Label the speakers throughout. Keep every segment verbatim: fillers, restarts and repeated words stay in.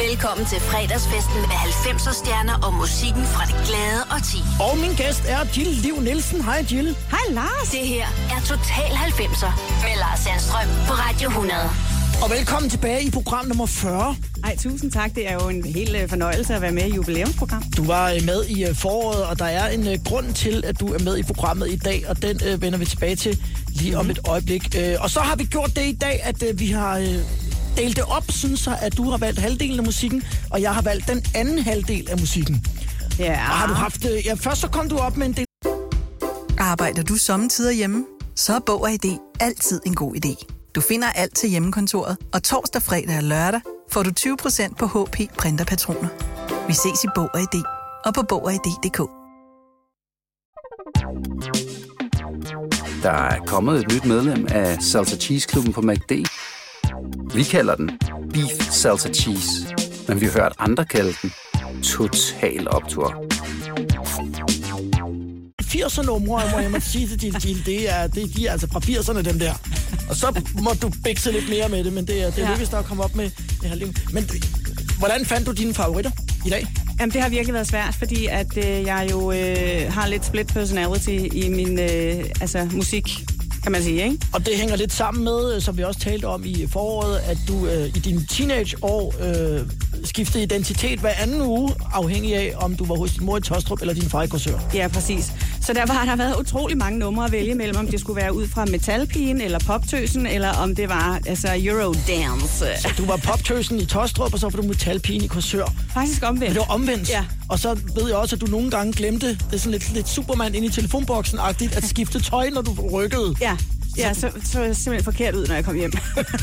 Speaker 1: Velkommen til fredagsfesten med halvfemser-stjerner og musikken fra det glade årti.
Speaker 2: Og min gæst er Jill Liv Nielsen. Hej Jill.
Speaker 3: Hej Lars.
Speaker 1: Det her er Total halvfemser med Lars Sandstrøm på Radio hundrede.
Speaker 2: Og velkommen tilbage i program nummer fyrre.
Speaker 3: Ej, tusind tak. Det er jo en hel fornøjelse at være med i jubilæumsprogram.
Speaker 2: Du var med i foråret, og der er en grund til, at du er med i programmet i dag, og den øh, vender vi tilbage til lige mm-hmm. om et øjeblik. Øh, og så har vi gjort det i dag, at øh, vi har øh, delt det op, synes jeg, at du har valgt halvdelen af musikken, og jeg har valgt den anden halvdel af musikken.
Speaker 3: Ja.
Speaker 2: Og har du haft... Øh, ja, først så kom du op med en del...
Speaker 4: Arbejder du sommetider hjemme? Så er Bog og I D altid en god idé. Du finder alt til hjemmekontoret, og torsdag, fredag og lørdag får du tyve procent på H P printerpatroner. Vi ses i Bog og I D og på bog og i d punktum d k.
Speaker 5: Der er kommet et nyt medlem af Salsa Cheese Klubben på McD. Vi kalder den Beef Salsa Cheese, men vi har hørt andre kalde den Total Optur.
Speaker 2: firserne-numre, må jeg må sige til din Jill, det er, det, de er altså fra firserne, dem der. Og så må du bækse lidt mere med det, men det er, det er ja. lykkedes der at komme op med det her liv. Men hvordan fandt du dine favoritter i dag?
Speaker 3: Jamen, det har virkelig været svært, fordi at øh, jeg jo øh, har lidt split personality i min øh, altså, musik, kan man sige, ikke?
Speaker 2: Og det hænger lidt sammen med, som vi også talte om i foråret, at du øh, i dine teenageår øh, skiftede identitet hver anden uge, afhængig af, om du var hos din mor i Tostrup eller din far i Korsør.
Speaker 3: Ja, præcis. Så derfor har der været utrolig mange numre at vælge mellem, om det skulle være ud fra metalpigen eller poptøsen, eller om det var altså Eurodance.
Speaker 2: Så du var poptøsen i Tostrup, og så var du metalpigen i Korsør.
Speaker 3: Faktisk omvendt.
Speaker 2: Men det var omvendt.
Speaker 3: Ja.
Speaker 2: Og så ved jeg også, at du nogle gange glemte, det er sådan lidt, lidt Superman inde i telefonboksen-agtigt, at skifte tøj, når du rykkede.
Speaker 3: Ja. Ja, så, så er jeg simpelthen forkert ud, når jeg kom hjem.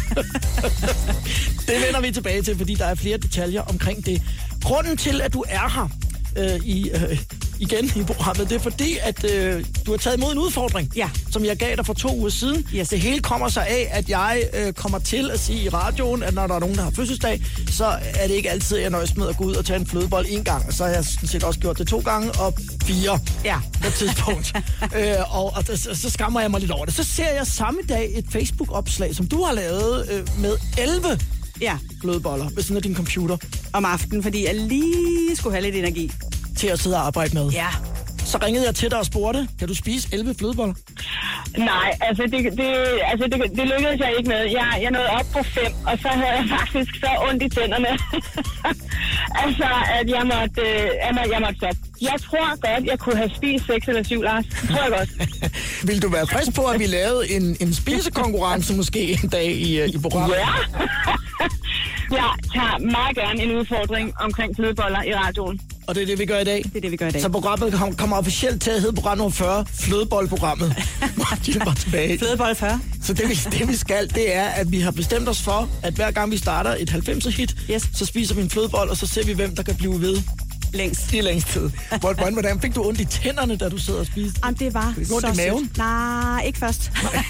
Speaker 2: Det vender vi tilbage til, fordi der er flere detaljer omkring det. Grunden til, at du er her øh, i, øh, igen i programmet, det er fordi, at øh, du har taget imod en udfordring,
Speaker 3: ja. som jeg gav dig for to uger siden.
Speaker 2: Yes. Det hele kommer sig af, at jeg øh, kommer til at sige i radioen, at når der er nogen, der har fødselsdag, så er det ikke altid, at jeg nøjes med at gå ud og tage en flødebold en gang. Og så har jeg sådan set også gjort det to gange og fire
Speaker 3: ja.
Speaker 2: på et tidspunkt. øh, og og så, så skammer jeg mig lidt over det. Så ser jeg samme dag et Facebook-opslag, som du har lavet øh, med elleve
Speaker 3: ja.
Speaker 2: flødeboller ved siden af din computer.
Speaker 3: Om aftenen, fordi jeg lige skulle have lidt energi.
Speaker 2: Til at sidde og arbejde med.
Speaker 3: Ja.
Speaker 2: Så ringede jeg til dig og spurgte, kan du spise elleve flødeboller?
Speaker 6: Nej, altså det, det, altså det, det lykkedes jeg ikke med. Jeg, jeg nåede op på fem, og så havde jeg faktisk så ondt i tænderne. altså, at jeg måtte, jeg måtte, jeg måtte stoppe. Jeg tror godt, jeg kunne have spist seks eller syv, Lars. Det tror jeg godt.
Speaker 2: Vil du være frisk på, at vi lavede en, en spisekonkurrence måske en dag i, i programmet?
Speaker 6: Ja. Jeg tager meget gerne en udfordring omkring flødeboller i radioen.
Speaker 2: Og det er det, vi gør i dag?
Speaker 3: Det er det, vi gør i dag.
Speaker 2: Så programmet kommer officielt til at hedde program nummer fyrre, Flødebollprogrammet. De er bare tilbage.
Speaker 3: Flødebolle fyrre.
Speaker 2: Så det vi, det, vi skal, det er, at vi har bestemt os for, at hver gang vi starter et halvfemser-hit,
Speaker 3: yes.
Speaker 2: så spiser vi en flødebold, og så ser vi, hvem der kan blive ved.
Speaker 3: Længst.
Speaker 2: I længst tid. Hvordan, hvordan fik du ondt i tænderne, da du sad og spiste?
Speaker 3: Jamen, det var
Speaker 2: fik du ondt
Speaker 3: så
Speaker 2: i maven?
Speaker 3: Sødt. Nej, ikke først.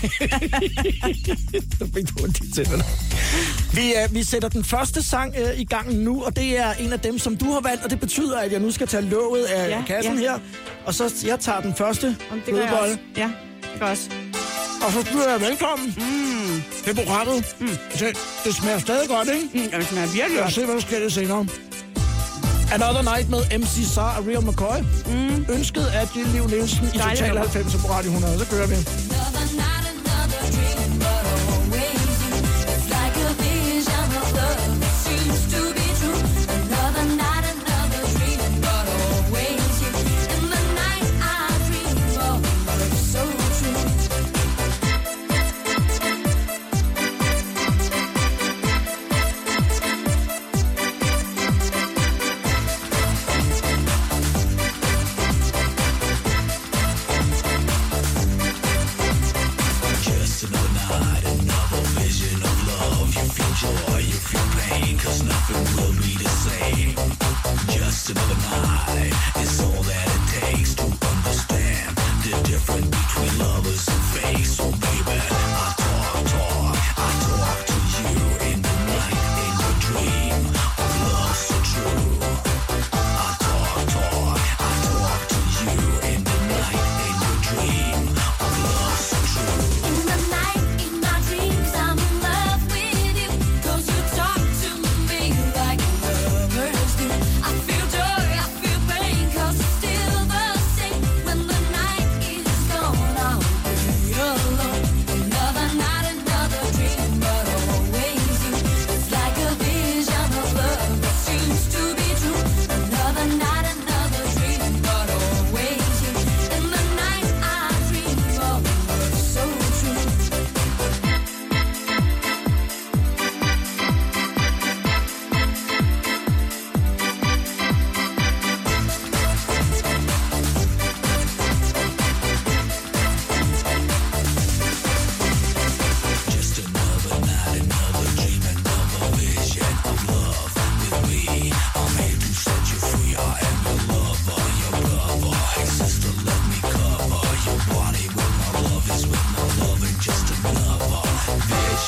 Speaker 2: Så fik du ondt i tænderne. Vi, uh, vi sætter den første sang uh, i gang nu, og det er en af dem, som du har valgt, og det betyder, at jeg nu skal tage låget af ja, kassen ja. her. Og så jeg tager den første flødebolle.
Speaker 3: Ja, det gør også.
Speaker 2: Og så byder jeg velkommen
Speaker 3: mm.
Speaker 2: til programmet. Mm. Det, det smager stadig godt, ikke?
Speaker 3: Mm, det smager virkelig
Speaker 2: godt. Lad os se, hvad der sker det senere. Another Night med M C Sar og Real McCoy. Mm. Ønsket af Jill Liv Nielsen i Total halvfemser på Radio hundrede. Så kører vi.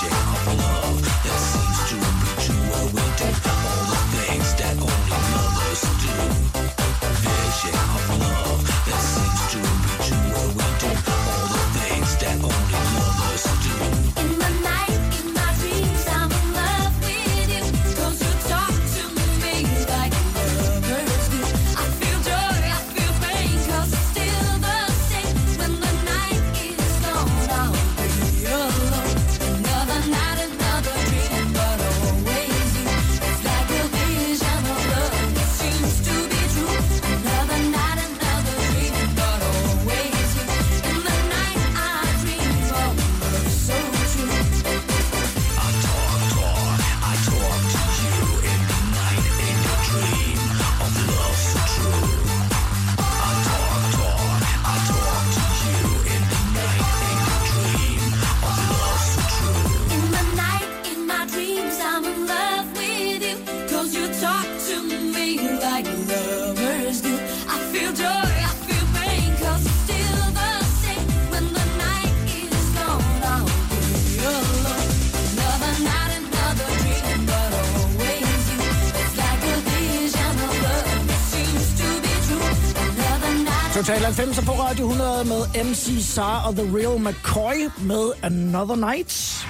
Speaker 2: Total halvfems på Radio hundrede med M C Sar og The Real McCoy med Another Night.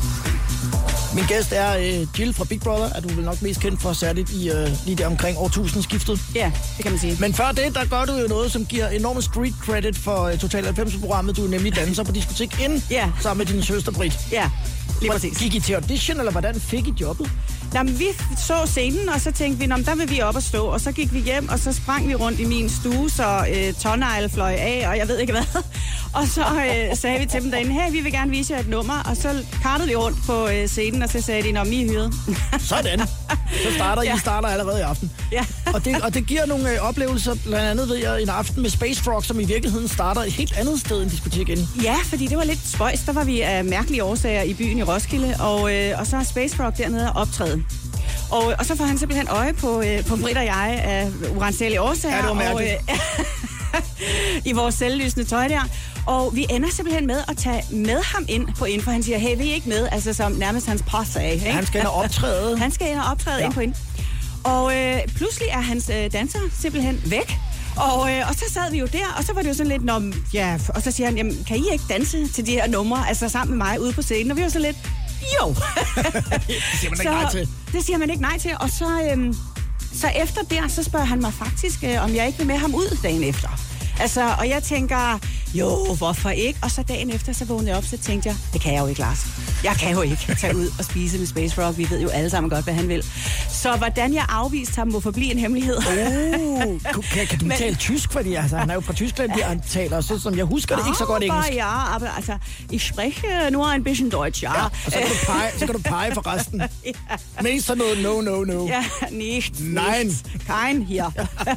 Speaker 2: Min gæst er øh, Jill fra Big Brother, er du vel nok mest kendt for, særligt i øh, lige der omkring årtusindskiftet.
Speaker 3: Ja, det kan man sige.
Speaker 2: Men før det, der gør du jo noget, som giver enormt street credit for øh, Total halvfems-programmet. Du er nemlig danser på diskotek ind,
Speaker 3: ja,
Speaker 2: sammen med din søster Britt.
Speaker 3: Ja, lige præcis.
Speaker 2: Gik I til audition, eller hvordan fik I jobbet?
Speaker 3: Jamen, vi så scenen, og så tænkte vi, nå, der vil vi op og stå, og så gik vi hjem, og så sprang vi rundt i min stue, så øh, tårnegle fløj af, og jeg ved ikke hvad. Og så øh, sagde vi til dem derinde, hey, vi vil gerne vise jer et nummer, og så kartede vi rundt på øh, scenen, og så sagde de, nå, I er hyret.
Speaker 2: Sådan. Så starter
Speaker 3: ja.
Speaker 2: I starter allerede i aften.
Speaker 3: Ja.
Speaker 2: og, det, og det giver nogle øh, oplevelser, blandt andet ved jeg, en aften med Space Frog, som i virkeligheden starter et helt andet sted end diskoteket.
Speaker 3: Ja, fordi det var lidt spøjs. Der var vi af mærkelige årsager i byen i Roskilde, og, øh, og så er Space Frog dernede og optræde. Og, og så får han simpelthen øje på, øh, på Britt og jeg af uransagelige årsager.
Speaker 2: Ja, det var mærkeligt.
Speaker 3: Og, øh, i vores selvlysende tøj der. Og vi ender simpelthen med at tage med ham ind på ind, for han siger, hey, vi er ikke med, altså som nærmest hans post sagde. Ikke?
Speaker 2: Han skal ind og optræde.
Speaker 3: Han skal ind og optræde ja. ind på ind. Og øh, pludselig er hans øh, danser simpelthen væk. Og, øh, og så sad vi jo der, og så var det jo sådan lidt, Nå, ja, og så siger han, jamen, kan I ikke danse til de her numre, altså sammen med mig ude på scenen? Og vi var så lidt, jo.
Speaker 2: det siger man
Speaker 3: så,
Speaker 2: ikke nej til.
Speaker 3: Det siger man ikke nej til, og så, øhm, så efter der, så spørger han mig faktisk, øh, om jeg ikke vil med ham ud dagen efter. Altså, og jeg tænker, jo, hvorfor ikke? Og så dagen efter, så vågnede jeg op, så tænkte jeg, det kan jeg jo ikke, Lars. Jeg kan jo ikke tage ud og spise med Space Frog. Vi ved jo alle sammen godt, hvad han vil. Så hvordan jeg afviste ham, må forblive en hemmelighed.
Speaker 2: Oh, kan, kan du Men... tale tysk? Fordi altså, han er jo fra Tyskland, ja. Han taler, så som jeg husker det, ikke så godt engelsk.
Speaker 3: Ja, aber altså, ich spreche nur ein bisschen Deutsch, ja.
Speaker 2: ja og så kan, du pege, så kan du pege for resten. ja. Mest sådan noget, no, no, no.
Speaker 3: Ja, nichts.
Speaker 2: Nein.
Speaker 3: Nichts. Kein hier.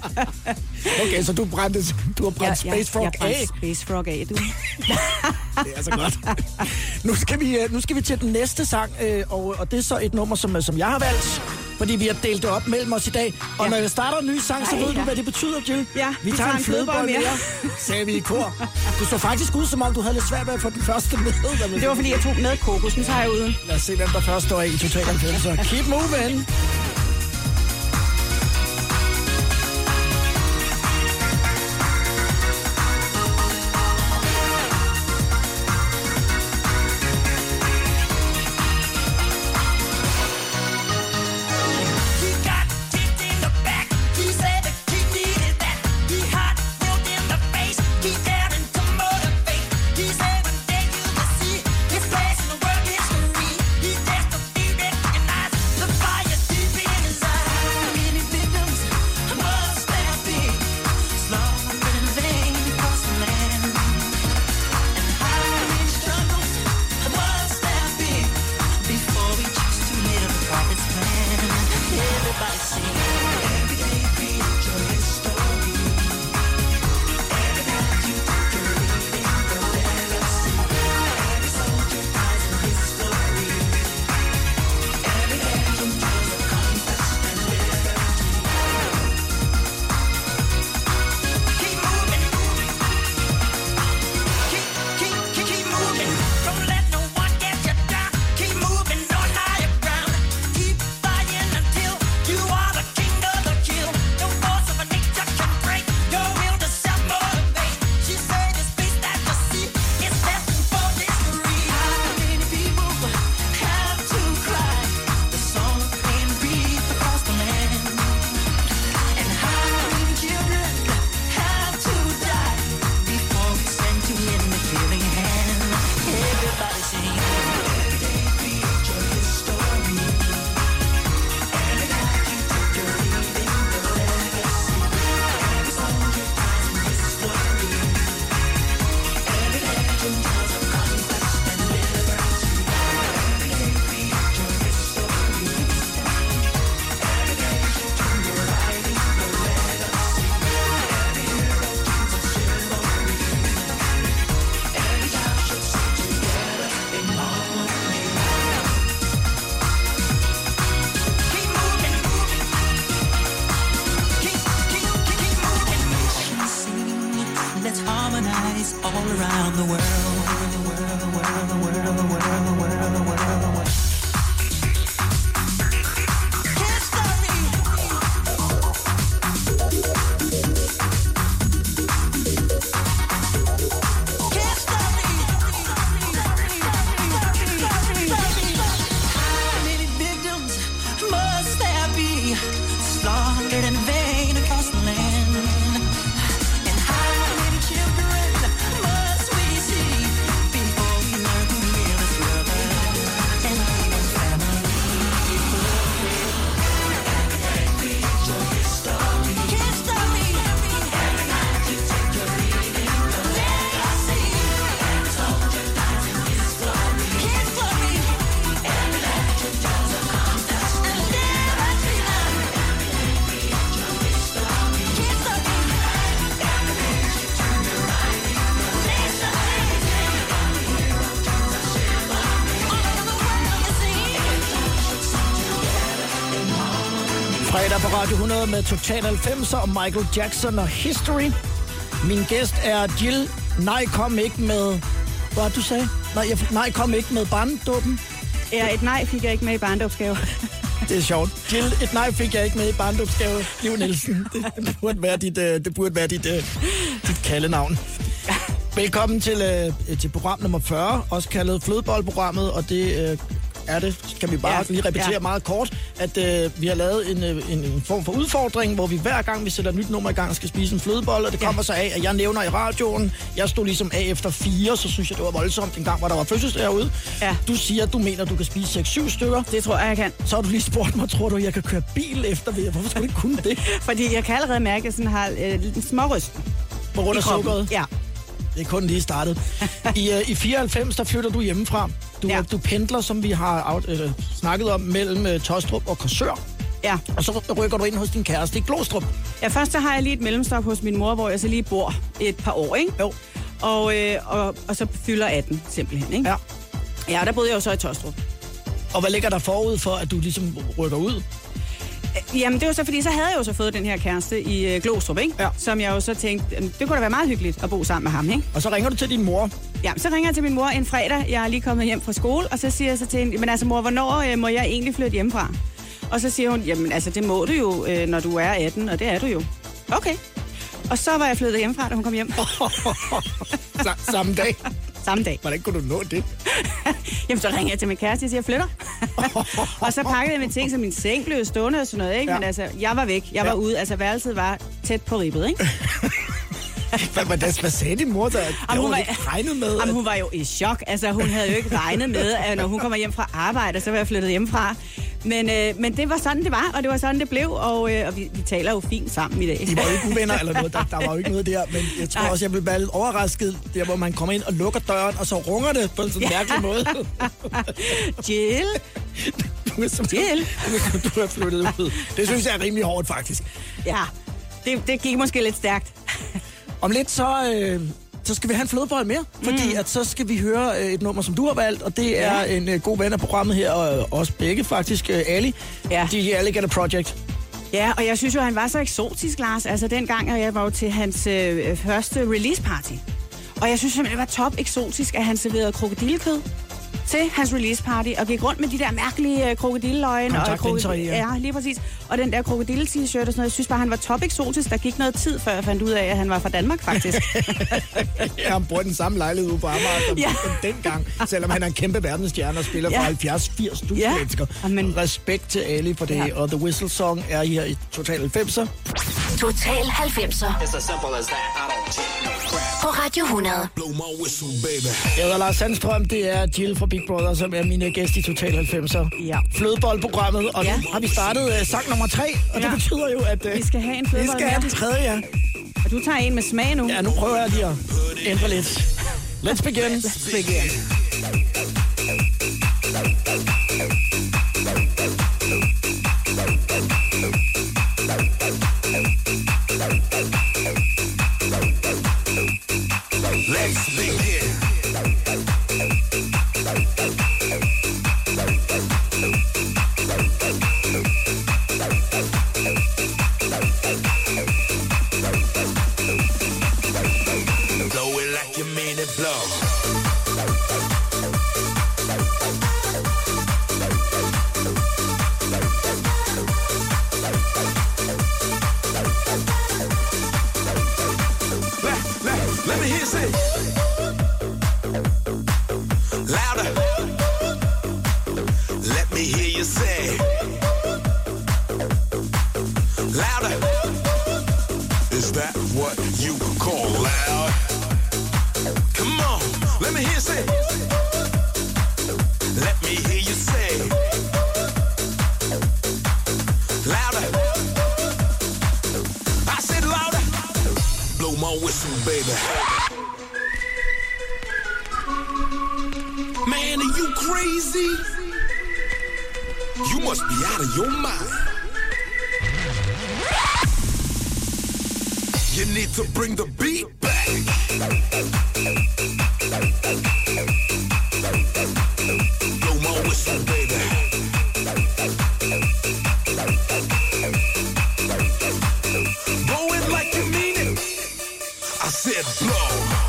Speaker 2: Okay, så du brændte, du har brændt
Speaker 3: ja,
Speaker 2: Space Frog
Speaker 3: ja, jeg
Speaker 2: af.
Speaker 3: Space Frog af, du.
Speaker 2: Det er så godt. nu, skal vi, nu skal vi til den næste sang, og, og det er så et nummer, som, som jeg har valgt, fordi vi har delt det op mellem os i dag. Og ja. når jeg starter en ny sang, så Ej, ved ja. du, hvad det betyder, Jill.
Speaker 3: Ja,
Speaker 2: vi, vi tager, tager en flødebold mere, sagde vi i kor. Du så faktisk ud, som om du havde lidt svært med at få den første med.
Speaker 3: Det var, fordi jeg tog med kokos. Nu tager jeg uden.
Speaker 2: Lad os se, hvem der først står i Total halvfems. Keep moving.
Speaker 7: Fire deep in around the world, the world, the world, the world, the world, the world, the world, the world.
Speaker 2: Fredag på Radio hundrede med Total halvfemser og Michael Jackson og History. Min gæst er Jill. Nej, kom ikke med... Hvad du sagde? Nej, jeg, nej, kom ikke med barndåben.
Speaker 3: Ja, et nej fik jeg ikke med i barndåbsgave.
Speaker 2: Det er sjovt. Jill, et nej fik jeg ikke med i barndåbsgave. Liv Nielsen. Det, det burde være dit, det burde være dit, dit kaldenavn. Velkommen til, til program nummer fyrre, også kaldet Flødeboldprogrammet, og det... er det, kan vi bare ja, lige repetere ja. meget kort, at øh, vi har lavet en, en, en form for udfordring, hvor vi hver gang, vi sætter et nyt nummer i gang, skal spise en flødebold, og det ja. kommer så af, at jeg nævner i radioen, jeg stod ligesom af efter fire, så synes jeg, det var voldsomt en gang, hvor der var fødselsdag herude. Ja. Du siger, at du mener, at du kan spise seks syv stykker.
Speaker 3: Det tror jeg, jeg kan.
Speaker 2: Så har du lige spurgt mig, tror du, jeg kan køre bil efter ved? Hvorfor skulle du ikke kunne det?
Speaker 3: Fordi jeg kan allerede mærke, at jeg sådan har øh, lidt smårysten.
Speaker 2: På grund af sukkeret?
Speaker 3: Ja.
Speaker 2: Det er kun lige startet. I, uh, I fireoghalvfems, der flytter du hjemmefra. Du, ja. du pendler, som vi har out, øh, snakket om, mellem øh, Tostrup og Korsør.
Speaker 3: Ja.
Speaker 2: Og så rykker du ind hos din kæreste i Glostrup.
Speaker 3: Ja, først så har jeg lige et mellemstop hos min mor, hvor jeg så lige bor et par år, ikke?
Speaker 2: Jo.
Speaker 3: Og, øh, og, og så fylder atten, simpelthen, ikke?
Speaker 2: Ja.
Speaker 3: Ja, der boede jeg jo så i Tostrup.
Speaker 2: Og hvad ligger der forud for, at du ligesom rykker ud?
Speaker 3: Jamen, det var så, fordi så havde jeg jo så fået den her kæreste i øh, Glostrup, ikke? Ja. Som jeg jo så tænkte, det kunne da være meget hyggeligt at bo sammen med ham, ikke?
Speaker 2: Og så ringer du til din mor?
Speaker 3: Ja, så ringer jeg til min mor en fredag. Jeg er lige kommet hjem fra skole, og så siger jeg så til hende, men altså mor, hvornår øh, må jeg egentlig flytte hjemmefra? Og så siger hun, jamen altså, det må du jo, øh, når du er atten, og det er du jo. Okay. Og så var jeg flyttet hjemmefra, da hun kom hjem.
Speaker 2: Samme dag?
Speaker 3: Samme dag.
Speaker 2: Hvordan kunne du nå det?
Speaker 3: Jamen, så ringer jeg til min kæreste og siger, jeg flytter. Og så pakkede jeg mine ting, så min seng blev stående og sådan noget, ikke? Ja. Men altså, jeg var væk. Jeg var ja. ude. Altså, værelset var tæt på ribbet, ikke?
Speaker 2: hvad, hvad, hvad sagde din mor, der
Speaker 3: jamen, hun var
Speaker 2: ikke regnet med?
Speaker 3: Jamen, hun var jo i chok. Altså, hun havde jo ikke regnet med, at når hun kommer hjem fra arbejde, så var jeg flyttet hjemmefra. Men, øh, men det var sådan, det var, og det var sådan, det blev, og, øh, og vi, vi taler jo fint sammen i dag.
Speaker 2: I var jo ikke uvenner eller noget, der, der var jo ikke noget der, men jeg tror Ej. også, jeg blev bare lidt overrasket, der hvor man kommer ind og lukker døren, og så runger det på en sådan ja. mærkelig måde.
Speaker 3: Jill?
Speaker 2: Du er som,
Speaker 3: Jill?
Speaker 2: Du, du er flyttet ud. Det synes jeg er rimelig hårdt, faktisk.
Speaker 3: Ja, det, det gik måske lidt stærkt.
Speaker 2: Om lidt så... Øh, så skal vi have en flødebold mere, fordi mm. at så skal vi høre øh, et nummer, som du har valgt, og det er ja. en øh, god ven af programmet her, og øh, også begge faktisk, øh, Ali. Ja. De Alligator Project.
Speaker 3: Ja, og jeg synes jo, han var så eksotisk, Lars. Altså dengang, og jeg var jo til hans øh, første release party. Og jeg synes simpelthen, det var top eksotisk, at han serverede krokodillekød til hans release party, og gik rundt med de der mærkelige øh, krokodilløgne. Og krokodil- ja. ja, lige præcis. Og den der krokodille-t-shirt og sådan noget. Jeg synes bare, han var top eksotisk. Der gik noget tid, før jeg fandt ud af, at han var fra Danmark, faktisk.
Speaker 2: Ja, han bor den samme lejlighed ude på Amager som ja. dengang, selvom han er en kæmpe verdensstjerne og spiller ja. for halvfjerds til firs tusind ja. mennesker. Amen. Respekt til Ali for det, ja. og The Whistle Song er her i Total halvfemser.
Speaker 1: Total halvfemser. På Radio hundrede.
Speaker 2: Jeg hedder Lars Sandstrøm, det er Jill fra Big Brother, som er min gæst i Total halvfemser. Ja. Flødeboldprogrammet, og ja. nu har vi startet uh, sang nummer tre, og ja. det betyder jo, at... Uh,
Speaker 3: vi skal have en flødebold.
Speaker 2: Vi skal have den tredje, ja.
Speaker 3: Og du tager en med smag nu.
Speaker 2: Ja, nu prøver jeg lige at ændre lidt. Let's begin.
Speaker 3: Let's begin.
Speaker 7: Let's begin. Blow it like you mean it, blow. baby. Man, are you crazy? You must be out of your mind. You need to bring the beat back. Blow my whistle, baby. Blow it like you mean it. I said blow.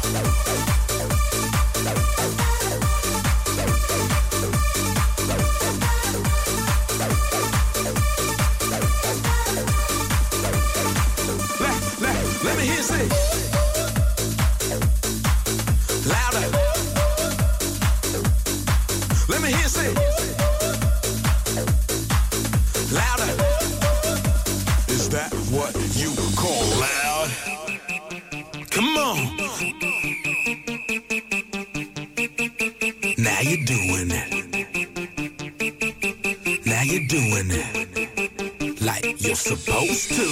Speaker 7: Let me hear you say louder. Let me hear you say louder. Is that what you call loud? Come on. Now you're doing it. Now you're doing it like you're supposed to.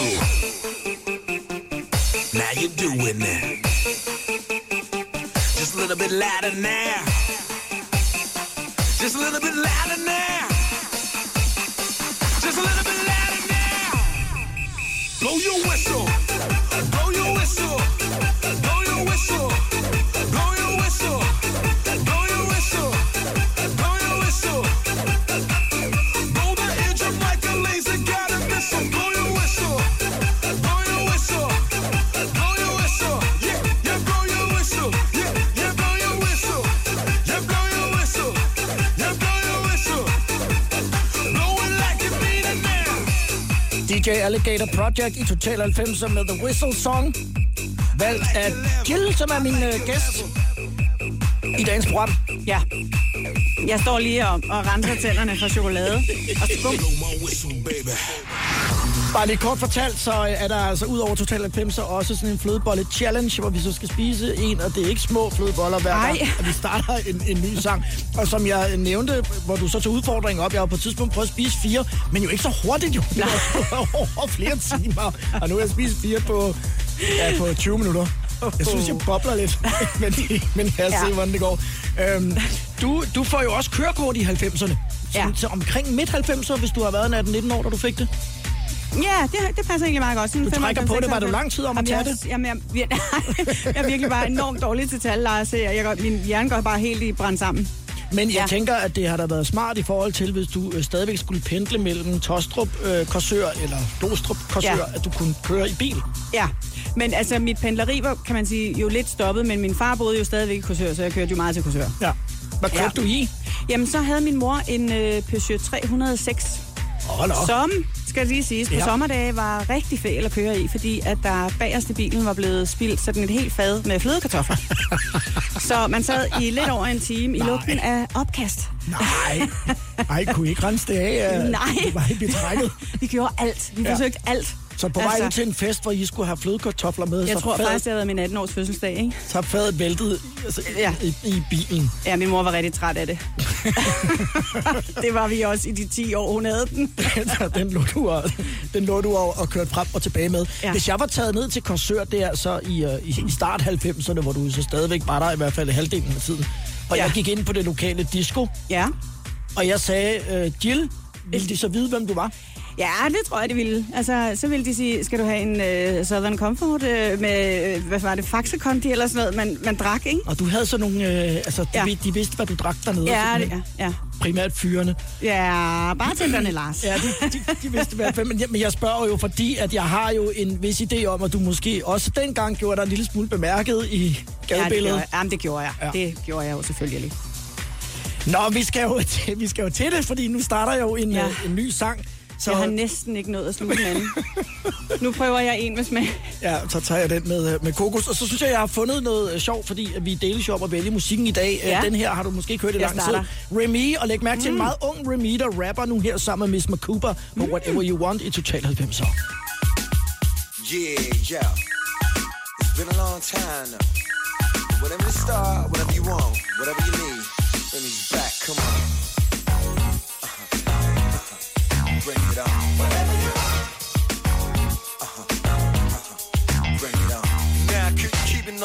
Speaker 7: Now you're doing it. Just a little bit louder now. Just a little bit louder now. Just a little bit louder now. Blow your whistle. Blow your whistle. Blow your whistle. Blow your whistle. Blow your whistle. Blow your whistle. Blow the engine like a laser got a missile. Blow your whistle. Blow your whistle. Blow your whistle, yeah, yeah, blow your whistle, yeah, yeah, blow your whistle, yeah, blow your whistle, yeah, blow your whistle, blow it like you mean it now.
Speaker 2: D J Alligator Project i Total halvfems med The Whistle Song, valgt af Jill, som er min uh, gæst i dagens program.
Speaker 3: Ja. Jeg står lige og, og renser tænderne fra chokolade. Og skum.
Speaker 2: Bare lige kort fortalt, så er der altså ud over Total halvfems også sådan en flødebolle challenge, hvor vi så skal spise en, og det er ikke små flødeboller hver gang, og vi starter en, en ny sang. Og som jeg nævnte, hvor du så tog udfordringen op, jeg har på et tidspunkt prøvet at spise fire, men jo ikke så hurtigt jo. Det var over flere timer, og nu har jeg spist fire på, ja, på tyve minutter. Jeg synes, jeg bobler lidt, men, men lad os ja. se, hvordan det går. Øhm, du, du får jo også kørekort i halvfemserne. Ja. Så omkring midt halvfemser, hvis du har været atten nitten år, da du fik det.
Speaker 3: Ja, det, det passer egentlig meget godt. Sådan
Speaker 2: du trækker på det, var du lang tid om at tage det?
Speaker 3: Jamen, jeg, jeg, jeg er virkelig bare enormt dårlig til tal, Lars. Jeg, jeg, min hjerne går bare helt i brand sammen.
Speaker 2: Men jeg ja. tænker, at det har da været smart i forhold til, hvis du øh, stadigvæk skulle pendle mellem Tostrup, øh, Korsør eller Glostrup, Korsør, ja. at du kunne køre i bil.
Speaker 3: Ja, men altså mit pendleri var, kan man sige, jo lidt stoppet, men min far boede jo stadigvæk i Korsør, så jeg kørte jo meget til Korsør.
Speaker 2: Ja. Hvad kørte ja. du i?
Speaker 3: Jamen, så havde min mor en øh, Peugeot tre hundrede og seks.
Speaker 2: Oh, no.
Speaker 3: Som, skal lige siges, på ja. sommerdage var rigtig fæl at køre i, fordi at der bagerst i bilen var blevet spildt sådan et helt fad med flødekartofler. Så man sad i lidt over en time Nej. i lugten af opkast.
Speaker 2: Nej, Ej, kunne I ikke rense det af?
Speaker 3: Nej.
Speaker 2: Det var helt betrækket.
Speaker 3: Vi gjorde alt. Vi ja. forsøgte alt.
Speaker 2: Så på vej altså, ud til en fest, hvor I skulle have flødekartofler med.
Speaker 3: Jeg
Speaker 2: så
Speaker 3: tror
Speaker 2: fad,
Speaker 3: faktisk, det havde været min atten-års fødselsdag, ikke?
Speaker 2: Så har fadet væltet altså, ja. i, i bilen.
Speaker 3: Ja, min mor var rigtig træt af det. Det var vi også i de ti år, hun havde den.
Speaker 2: den lå du, og, den lå du og, og kørte frem og tilbage med. Ja. Hvis jeg var taget ned til Korsør, det er så i, uh, i, i start halvfemserne, hvor du så stadigvæk var der i hvert fald halvdelen af tiden. Og ja. jeg gik ind på det lokale disco. Ja. Og jeg sagde, uh, Jill, ville de så vide, hvem du var?
Speaker 3: Ja, det tror jeg, de ville. Altså, så ville de sige, skal du have en uh, Southern Comfort uh, med, uh, hvad var det, Faxe Kondi eller sådan noget, man, man drak, ikke?
Speaker 2: Og du havde så nogle, uh, altså, de, ja. de vidste, hvad du drak dernede.
Speaker 3: Ja, det, ja, ja.
Speaker 2: Primært fyrene.
Speaker 3: Ja, bartenderne, Lars.
Speaker 2: Ja, de, de, de vidste hvad, men, jeg, men jeg spørger jo, fordi at jeg har jo en vis idé om, at du måske også dengang gjorde dig en lille smule bemærket i gadebilledet.
Speaker 3: Ja, Jamen, det gjorde jeg. Ja. Det gjorde jeg jo selvfølgelig.
Speaker 2: Nå, vi skal jo til, vi skal jo til det, fordi nu starter jo en, ja. uh, en ny sang.
Speaker 3: Så... Jeg har næsten ikke nået at slutte den anden. Nu prøver jeg en med smag.
Speaker 2: Ja, så tager jeg den med, med kokos. Og så synes jeg, jeg har fundet noget sjovt, fordi vi deler sjov at vælge musikken i dag. Ja. Den her har du måske ikke hørt i lang tid. Remy, og læg mærke til mm. en meget ung Remy, der rapper nu her sammen med Miss Makuba på mm. Whatever You Want i Total halvfemser.
Speaker 8: Yeah, yeah. It's been a long time now. Whatever you start, whatever you want, whatever you need. Remy's back, come on. Bring it on. Whatever you want. Uh-huh. Uh-huh. Bring it on. Now, keep, keeping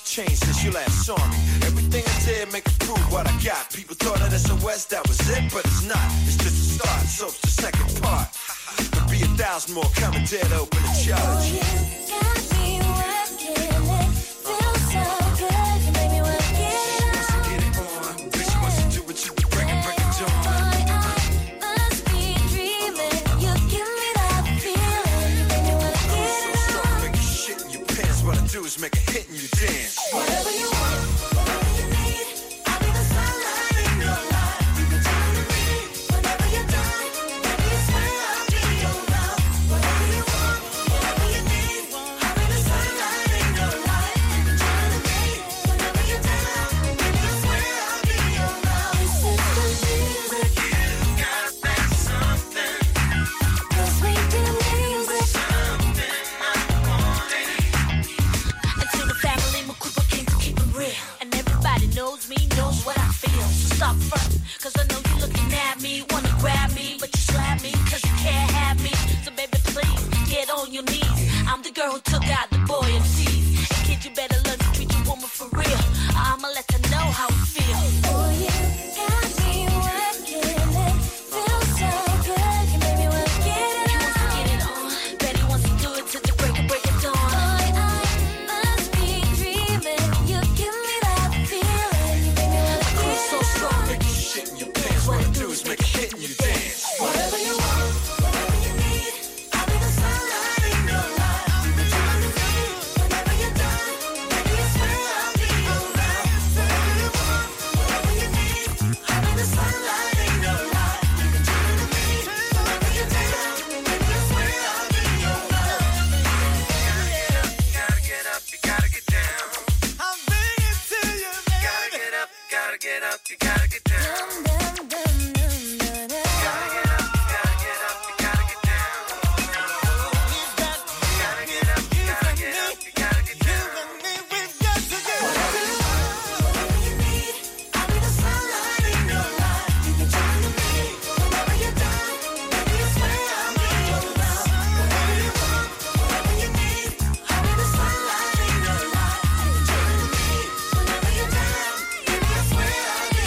Speaker 8: changed since you last saw me. Everything I did make it prove what I got. People thought that S O S, that was it, but it's not. It's just a start, so it's the second part. There'll be a thousand more coming dead to open the charge.
Speaker 9: Oh, you got me working it. Feels so good, you make me wanna get it on.
Speaker 8: Get it on. Bitch, you must do what you break it, break it down.
Speaker 9: Boy, I must be dreaming. You give me that feeling, you make me wanna get it on.
Speaker 8: Start making shit in your pants. What I do is make a hit and you dance.
Speaker 9: Whatever you want, whatever you need, I'll be the sunlight in your life. You can turn to me whenever you're done. Baby, you swear I'll be around. Whatever you want, whatever you need, I'll be the sunlight in your life. You can turn to me whenever you're done. Baby, you swear I'll be around. This is the music.
Speaker 8: You got that something,
Speaker 9: This we do music.
Speaker 8: something I wanted.
Speaker 1: Until the family Makupa came to keep it real. And everybody knows me, knows what I feel. So stop front, cause I know you're looking at me. Wanna grab me, but you slap me, cause you can't have me. So baby, please, get on your knees. I'm the girl who took out the boy M Cs. And kid, you better learn to treat your woman for real. I'ma let her know how it feels.
Speaker 9: Oh, you got me working it. Feels so good, you make me wanna get it
Speaker 1: He wants to
Speaker 9: on.
Speaker 1: get it on. Betty wants to do it till the break it, break it dawn.
Speaker 9: Boy, I must be dreaming. You give me that feeling, you make me wanna
Speaker 1: Cool,
Speaker 9: get
Speaker 1: so
Speaker 9: it
Speaker 1: strong.
Speaker 9: on.
Speaker 8: Making shit in your pants. What I do is make a hit and you dance.
Speaker 9: Whatever you want, whatever you need, I'll be the sunlight in your life. You can turn to me whenever you're done. Baby, you swear I'll be around. Whatever you want, whatever you need, I'll be the sunlight in your life. You can turn to me whenever you're done. Baby, you swear I'll be around.
Speaker 8: Gotta get up, you gotta get down.
Speaker 7: I'm bringing to you,
Speaker 8: Gotta
Speaker 7: baby.
Speaker 8: get up, gotta get up, you gotta get down.
Speaker 9: Dum, dum, dum, dum, dum, dum.
Speaker 8: Gotta get up, gotta get up, you gotta get down. Gotta get up, gotta get up, you gotta get down.
Speaker 7: We've got to get
Speaker 9: Whatever you want, whatever you need, I'll be the sunlight in your life. You can turn to me whenever you're done. Baby, you swear I'll be around. Whatever you want, whatever you need, I'll be the sunlight in your life. You can turn to me whenever you're done. Baby, you swear I'll be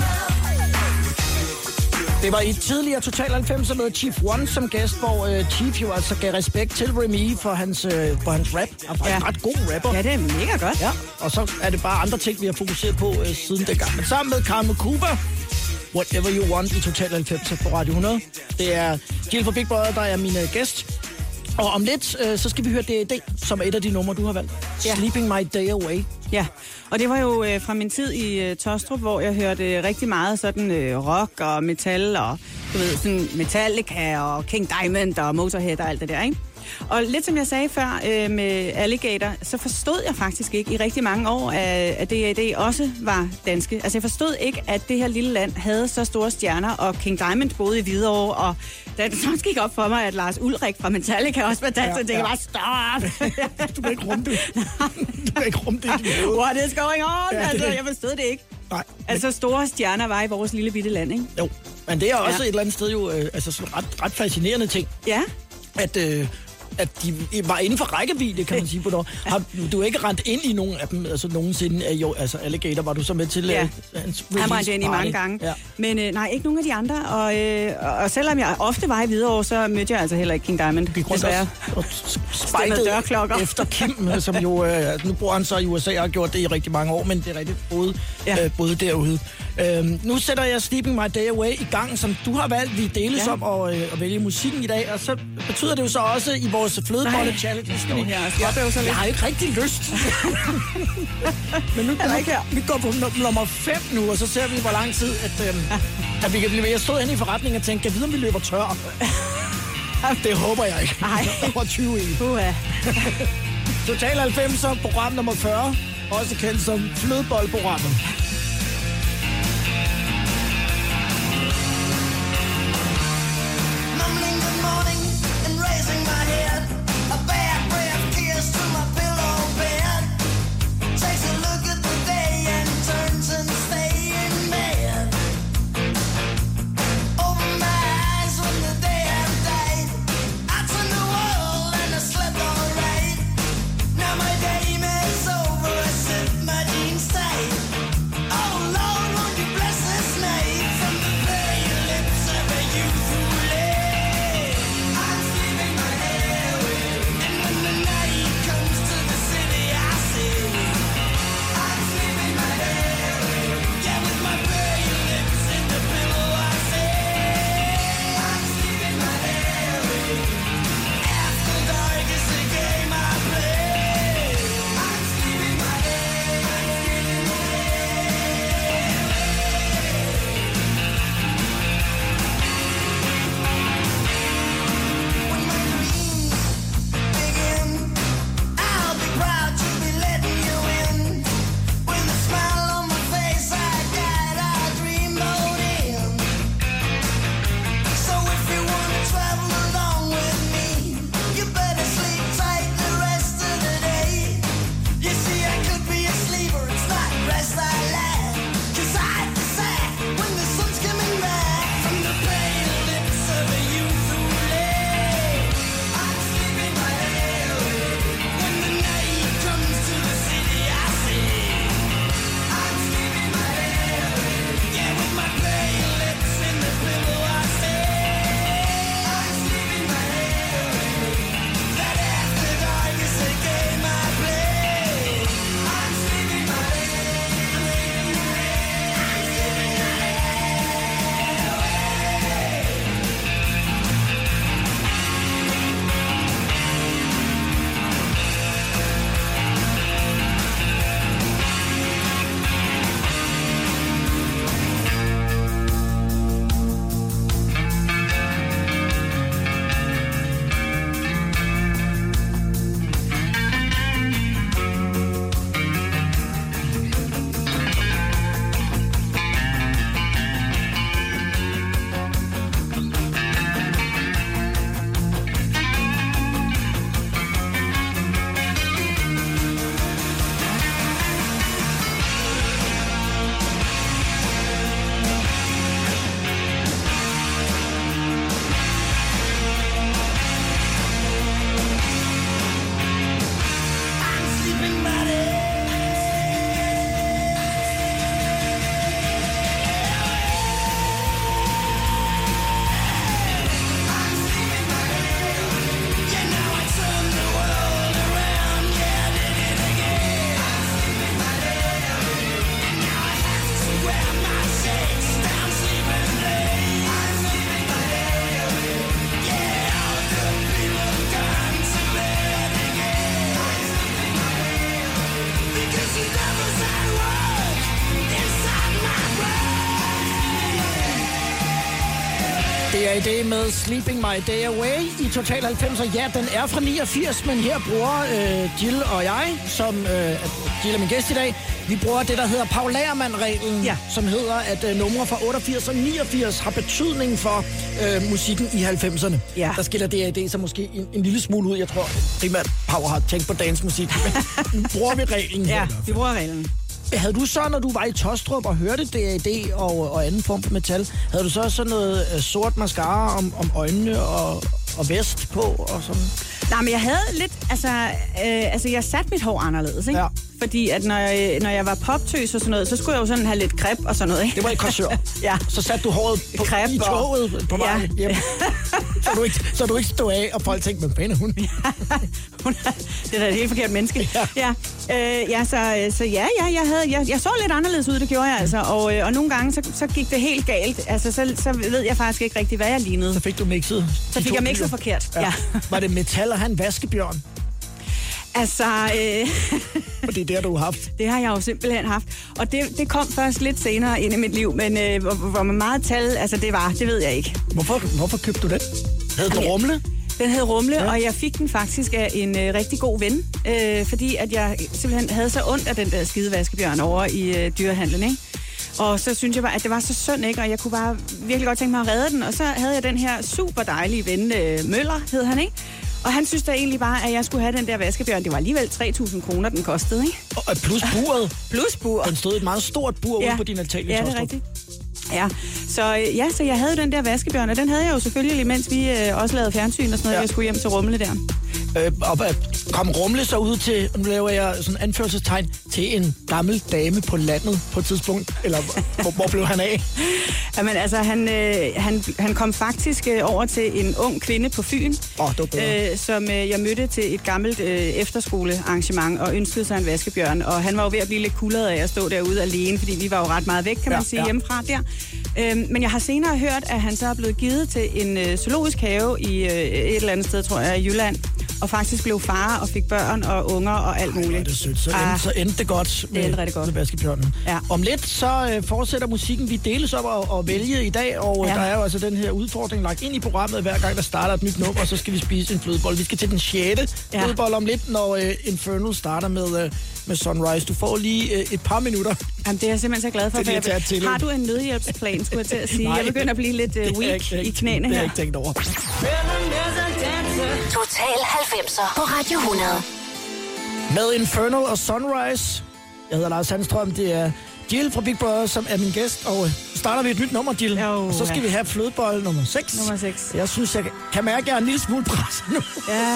Speaker 9: around.
Speaker 2: Det var i tidligere Total halvfemser med Chief One som gæst, hvor øh, Chief jo altså gav respekt til Remy for hans, øh, for hans rap. Han er faktisk
Speaker 3: Ja.
Speaker 2: en ret god rapper.
Speaker 3: Ja, det er mega godt.
Speaker 2: Ja, og så er det bare andre ting, vi har fokuseret på øh, siden dengang. Men sammen med Karen Makuba, Whatever You Want i Total halvfemser på Radio hundrede. Det er Jill fra Big Brother, der er min øh, gæst. Og om lidt, øh, så skal vi høre D A D, som er et af de numre, du har valgt.
Speaker 3: Ja.
Speaker 2: Sleeping My Day Away.
Speaker 3: Ja, og det var jo øh, fra min tid i øh, Tostrup, hvor jeg hørte øh, rigtig meget sådan øh, rock og metal og du ved, sådan Metallica og King Diamond og Motorhead og alt det der, ikke? Og lidt som jeg sagde før øh, med Alligator, så forstod jeg faktisk ikke i rigtig mange år, at, at D A D også var danske. Altså jeg forstod ikke, at det her lille land havde så store stjerner, og King Diamond boede i Hvidovre, og da det så gik op for mig, at Lars Ulrik fra Metallica også var dansk,
Speaker 2: Ja,
Speaker 3: så tænkte
Speaker 2: ja.
Speaker 3: jeg bare, stop!
Speaker 2: Du kan ikke rumme det. Du kan ikke rumme det i dit hoved.
Speaker 3: What is going on?
Speaker 2: Ja, det-
Speaker 3: Altså, jeg forstod det ikke.
Speaker 2: Nej.
Speaker 3: Altså, store stjerner var i vores lille bitte land, ikke?
Speaker 2: Jo, men det er også
Speaker 3: Ja.
Speaker 2: et eller andet sted jo øh, altså sådan ret, ret fascinerende ting,
Speaker 3: Ja.
Speaker 2: at, øh, at de var inden for rækkevidde, kan man sige på det. Har du ikke rendt ind i nogen af dem, altså nogensinde? Øh, jo, altså Alligator var du så med til
Speaker 3: Ja.
Speaker 2: øh, hans
Speaker 3: Han brændte ind i
Speaker 2: release
Speaker 3: mange
Speaker 2: party.
Speaker 3: gange.
Speaker 2: Ja.
Speaker 3: Men øh, nej, ikke nogen af de andre. Og, øh, og, og selvom jeg ofte var i Hvidovre, så mødte jeg altså heller ikke King Diamond.
Speaker 2: Gik rundt
Speaker 3: desværre.
Speaker 2: og, og spejtede
Speaker 3: dørklokker.
Speaker 2: efter Kim, som jo, øh, nu bor han så i U S A og har gjort det i rigtig mange år, men det er rigtigt boede,
Speaker 3: Ja.
Speaker 2: ja. øh, boede derude. Øhm, nu sætter jeg Sleeping My Day Away i gang, som du har valgt. Vi deles
Speaker 3: Ja.
Speaker 2: om at, øh, at vælge musikken i dag, og så betyder det jo så også i vores flødebolle challenge.
Speaker 3: Nu skal vi her og småbøve så lidt.
Speaker 2: Jeg har ikke rigtig lyst. Men nu,
Speaker 3: Heller ikke her.
Speaker 2: vi går på num- nummer fem nu, og så ser vi, hvor lang tid, at, øhm, at vi kan blive ved. Jeg stod inde i forretningen og tænkte, kan jeg vide, om vi løber tør? Det håber jeg ikke.
Speaker 3: Nej.
Speaker 2: Der var tyve i.
Speaker 3: Uha.
Speaker 2: Total halvfemser, program nummer fyrre, også kendt som flødeboldprogrammet.
Speaker 7: Mumbling good morning and raising my head. A bad breath tears through my pillow bed. Takes a look at the day and turns and stay in bed. Open my eyes when the day had died. I turned the world and I slept alright. Now my day is over. I sit
Speaker 2: Mayday med Sleeping My Day Away i Total halvfemser. Ja, den er fra niogfirs, men her bruger øh, Jill og jeg, som øh, Jill er min gæst i dag, vi bruger det, der hedder Paul Lagerman-reglen, ja. Som hedder, at øh, numre fra otteogfirs og niogfirs har betydning for øh, musikken i halvfemserne. Ja. Der skiller D A D så måske en, en lille smule ud. Jeg tror primært, Paul har tænkt på dancemusik, men nu bruger vi reglen.
Speaker 3: Ja, vi bruger reglen.
Speaker 2: Havde du så, når du var i Tostrup og hørte D A D og, og anden form for metal, havde du så sådan noget uh, sort mascara om, om øjnene og, og vest på og sådan?
Speaker 3: Nej, men jeg havde lidt, altså, øh, altså jeg satte mit hår anderledes, ikke? Ja. Fordi at når jeg, når jeg var poptøs og sådan noget, så skulle jeg jo sådan have lidt kreb og sådan noget, ikke?
Speaker 2: Det var i korsør.
Speaker 3: Ja.
Speaker 2: Så satte du håret på,
Speaker 3: kreb
Speaker 2: i toget på vej
Speaker 3: ja.
Speaker 2: hjem. så, du ikke, så du ikke stod af, og folk tænkte, hvad fanden er hun?
Speaker 3: hun er, det er da et helt forkert menneske. Ja, ja. Øh, ja så, så ja, ja jeg, havde, jeg, jeg så lidt anderledes ud, det gjorde jeg altså. Og, og nogle gange, så, så gik det helt galt. Altså, så, så ved jeg faktisk ikke rigtig, hvad jeg lignede.
Speaker 2: Så fik du mixet?
Speaker 3: Så fik jeg mixet forkert, ja. ja.
Speaker 2: Var det metal og han vaskebjørn?
Speaker 3: Altså... Øh...
Speaker 2: Og det er det, du har haft?
Speaker 3: Det har jeg jo simpelthen haft. Og det, det kom først lidt senere ind i mit liv, men øh, hvor, hvor meget tal, altså det var, det ved jeg ikke.
Speaker 2: Hvorfor, hvorfor købte du den? Hed den Rumle?
Speaker 3: Den hed Rumle, ja. Og jeg fik den faktisk af en øh, rigtig god ven, øh, fordi at jeg simpelthen havde så ondt af den der skide vaskebjørn over i øh, dyrehandlen, ikke? Og så synes jeg bare, at det var så synd, ikke? Og jeg kunne bare virkelig godt tænke mig at redde den. Og så havde jeg den her super dejlige ven, øh, Møller hed han, ikke? Og han synes da egentlig bare, at jeg skulle have den der vaskebjørn. Det var alligevel tre tusind kroner, den kostede, ikke?
Speaker 2: Og plus buret.
Speaker 3: Plus buret.
Speaker 2: Den stod et meget stort bur ja. Ude på din altan i
Speaker 3: Ja, det er rigtigt. Ja, så, ja, så jeg havde den der vaskebjørn, og den havde jeg jo selvfølgelig, mens vi øh, også lavede fjernsyn og sådan noget, ja. Jeg skulle hjem til Rumle der.
Speaker 2: Øh, og kom Rumle så ud til, nu laver jeg sådan anførselstegn, til en gammel dame på landet på et tidspunkt? Eller hvor, hvor blev han af?
Speaker 3: Jamen altså, han, øh, han, han kom faktisk øh, over til en ung kvinde på Fyn,
Speaker 2: oh, øh,
Speaker 3: som øh, jeg mødte til et gammelt øh, efterskolearrangement og ønskede sig en vaskebjørn. Og han var jo ved at blive lidt kuldret af at stå derude alene, fordi vi var jo ret meget væk, kan man ja, sige, ja. Hjemmefra der. Øhm, men jeg har senere hørt, at han så er blevet givet til en øh, zoologisk have i øh, et eller andet sted, tror jeg, i Jylland. Og faktisk blev far og fik børn og unger og alt muligt.
Speaker 2: Ej, det er sødt. Så,
Speaker 3: ah,
Speaker 2: endte, så endte det godt med,
Speaker 3: det rigtig godt.
Speaker 2: med vaskebjørnen.
Speaker 3: Ja.
Speaker 2: Om lidt så øh, fortsætter musikken. Vi deles op og, og vælge i dag, og ja. Der er jo altså den her udfordring lagt ind i programmet, hver gang der starter et nyt nummer, så skal vi spise en flødebolle. Vi skal til den sjette ja. flødebolle om lidt, når øh, Infernal starter med, øh, med Sunrise. Du får lige øh, et par minutter.
Speaker 3: Jamen, det er jeg simpelthen så glad for.
Speaker 2: Det,
Speaker 3: for jeg, har du en nødhjælpsplan, skulle jeg til at sige? Nej, jeg begynder at blive lidt uh, weak
Speaker 2: ikke,
Speaker 3: i knæene her.
Speaker 2: Det har jeg ikke tænkt over.
Speaker 1: Total halvfemser på Radio hundrede.
Speaker 2: Med Infernal og Sunrise. Jeg hedder Lars Sandstrøm. Det er Jill fra Big Brother, som er min gæst. Og øh, starter vi et nyt nummer, Jill.
Speaker 3: Jo,
Speaker 2: og så skal ja. vi have flødebolle nummer seks.
Speaker 3: Nummer seks.
Speaker 2: Jeg synes, jeg kan mærke, at jeg er en lille smule presset nu.
Speaker 3: Ja.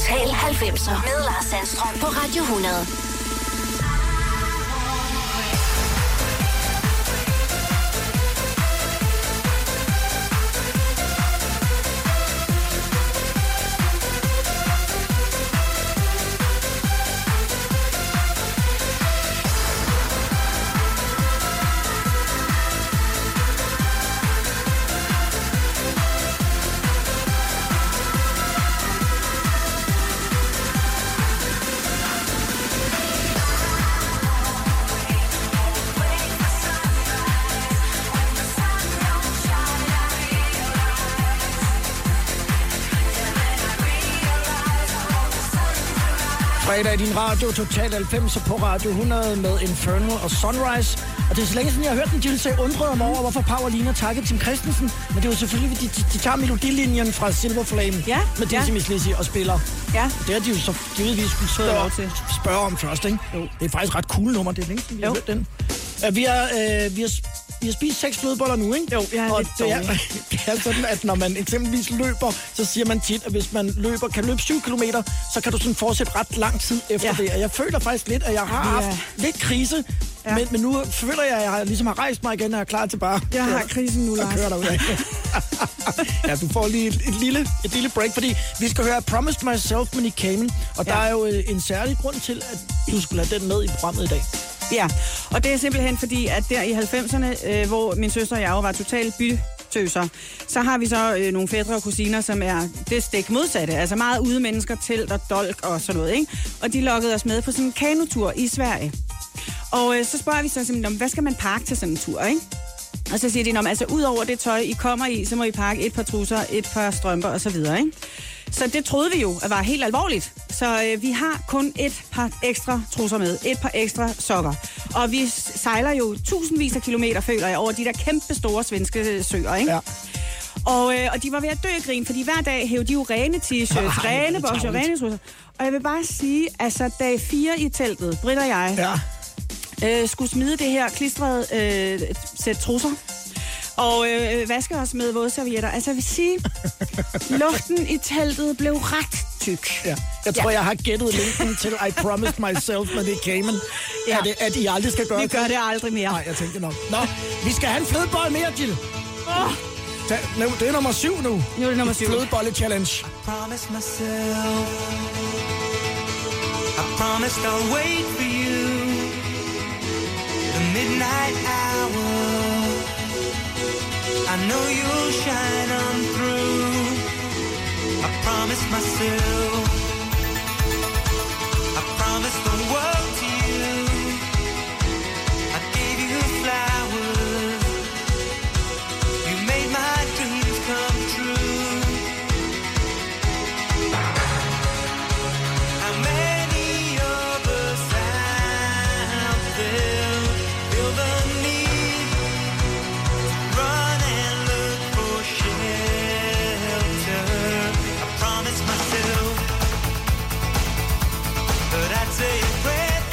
Speaker 1: Total halvfemser med Lars Sandstrøm på Radio hundrede.
Speaker 2: Fredag i din radio, Total halvfemser på Radio hundrede med Infernal og Sunrise. Og det er så længe siden, jeg har hørt den, Jill, så jeg undrede mig over, hvorfor Pauline takkede Tim Christensen. Men det er jo selvfølgelig, fordi de, de, de tager melodilinjen fra Silver Flame
Speaker 3: ja,
Speaker 2: med Dizzy
Speaker 3: ja.
Speaker 2: Miss Lizzy og spiller.
Speaker 3: Ja.
Speaker 2: Det er de jo så givetvis skulle spørge, til. spørge om først, ikke? Jo. Det er faktisk ret cool nummer, det er længe siden, vi har hørt den. Uh, vi, har, uh, vi, har, vi har spist seks flødeboller nu, ikke?
Speaker 3: Jo, jeg er
Speaker 2: og
Speaker 3: lidt
Speaker 2: det er, det er sådan, at når man eksempelvis løber, så siger man tit, at hvis man løber, kan løbe syv kilometer, så kan du sådan fortsætte ret lang tid efter ja. det. Og jeg føler faktisk lidt, at jeg har haft ja. lidt krise, ja. men, men nu føler jeg, at jeg ligesom har rejst mig igen, og er klar til bare...
Speaker 3: Jeg har krisen nu, Lars.
Speaker 2: Kører derudad. Ja, du får lige et, et, lille, et lille break, fordi vi skal høre Promised Myself med Nick Cayman, og ja. der er jo en særlig grund til, at du skulle have den med i programmet i dag.
Speaker 3: Ja, og det er simpelthen fordi, at der i halvfemserne, øh, hvor min søster og jeg jo var totalt bytøser, så har vi så øh, nogle fædre og kusiner, som er det stik modsatte. Altså meget ude mennesker, telt og dolk og sådan noget, ikke? Og de lokkede os med på sådan en kanotur i Sverige. Og øh, så spørger vi så simpelthen, hvad skal man pakke til sådan en tur, ikke? Og så siger de, altså ud over det tøj, I kommer i, så må I pakke et par trusser, et par strømper og så videre, ikke? Så det troede vi jo, at var helt alvorligt. Så øh, vi har kun et par ekstra trusser med, et par ekstra sokker. Og vi sejler jo tusindvis af kilometer, føler jeg, over de der kæmpe store svenske søer, ikke? Ja. Og, øh, og de var ved at dø af grin, fordi hver dag hævde de jo rene t-shirts, rene bokser, rene trusser. Og jeg vil bare sige, altså dag fire i teltet, Britt og jeg, ja. øh, skulle smide det her klistrede øh, sæt trusser. Og øh, vaske os med vådservietter. Altså, jeg vil sige, luften i teltet blev ret tyk.
Speaker 2: Ja. Jeg tror, ja. jeg har gættet linken til I Promised Myself med Nick Cayman. Ja. At, det, at I aldrig skal gøre
Speaker 3: det. Vi gør det aldrig mere.
Speaker 2: Nej, jeg tænker nok. Nå, vi skal have en flødebolle mere, Jill. Oh. Det er nummer syv nu.
Speaker 3: Nu er det nummer syv.
Speaker 2: Flødebolle challenge.
Speaker 10: I promised myself I promised I'll wait for you The midnight hour I know you'll shine on through I promised myself I promised the world to you I gave you flowers You made my dreams come true How many of us out there feel the need to run and look for shelter? I promised myself that I'd say a prayer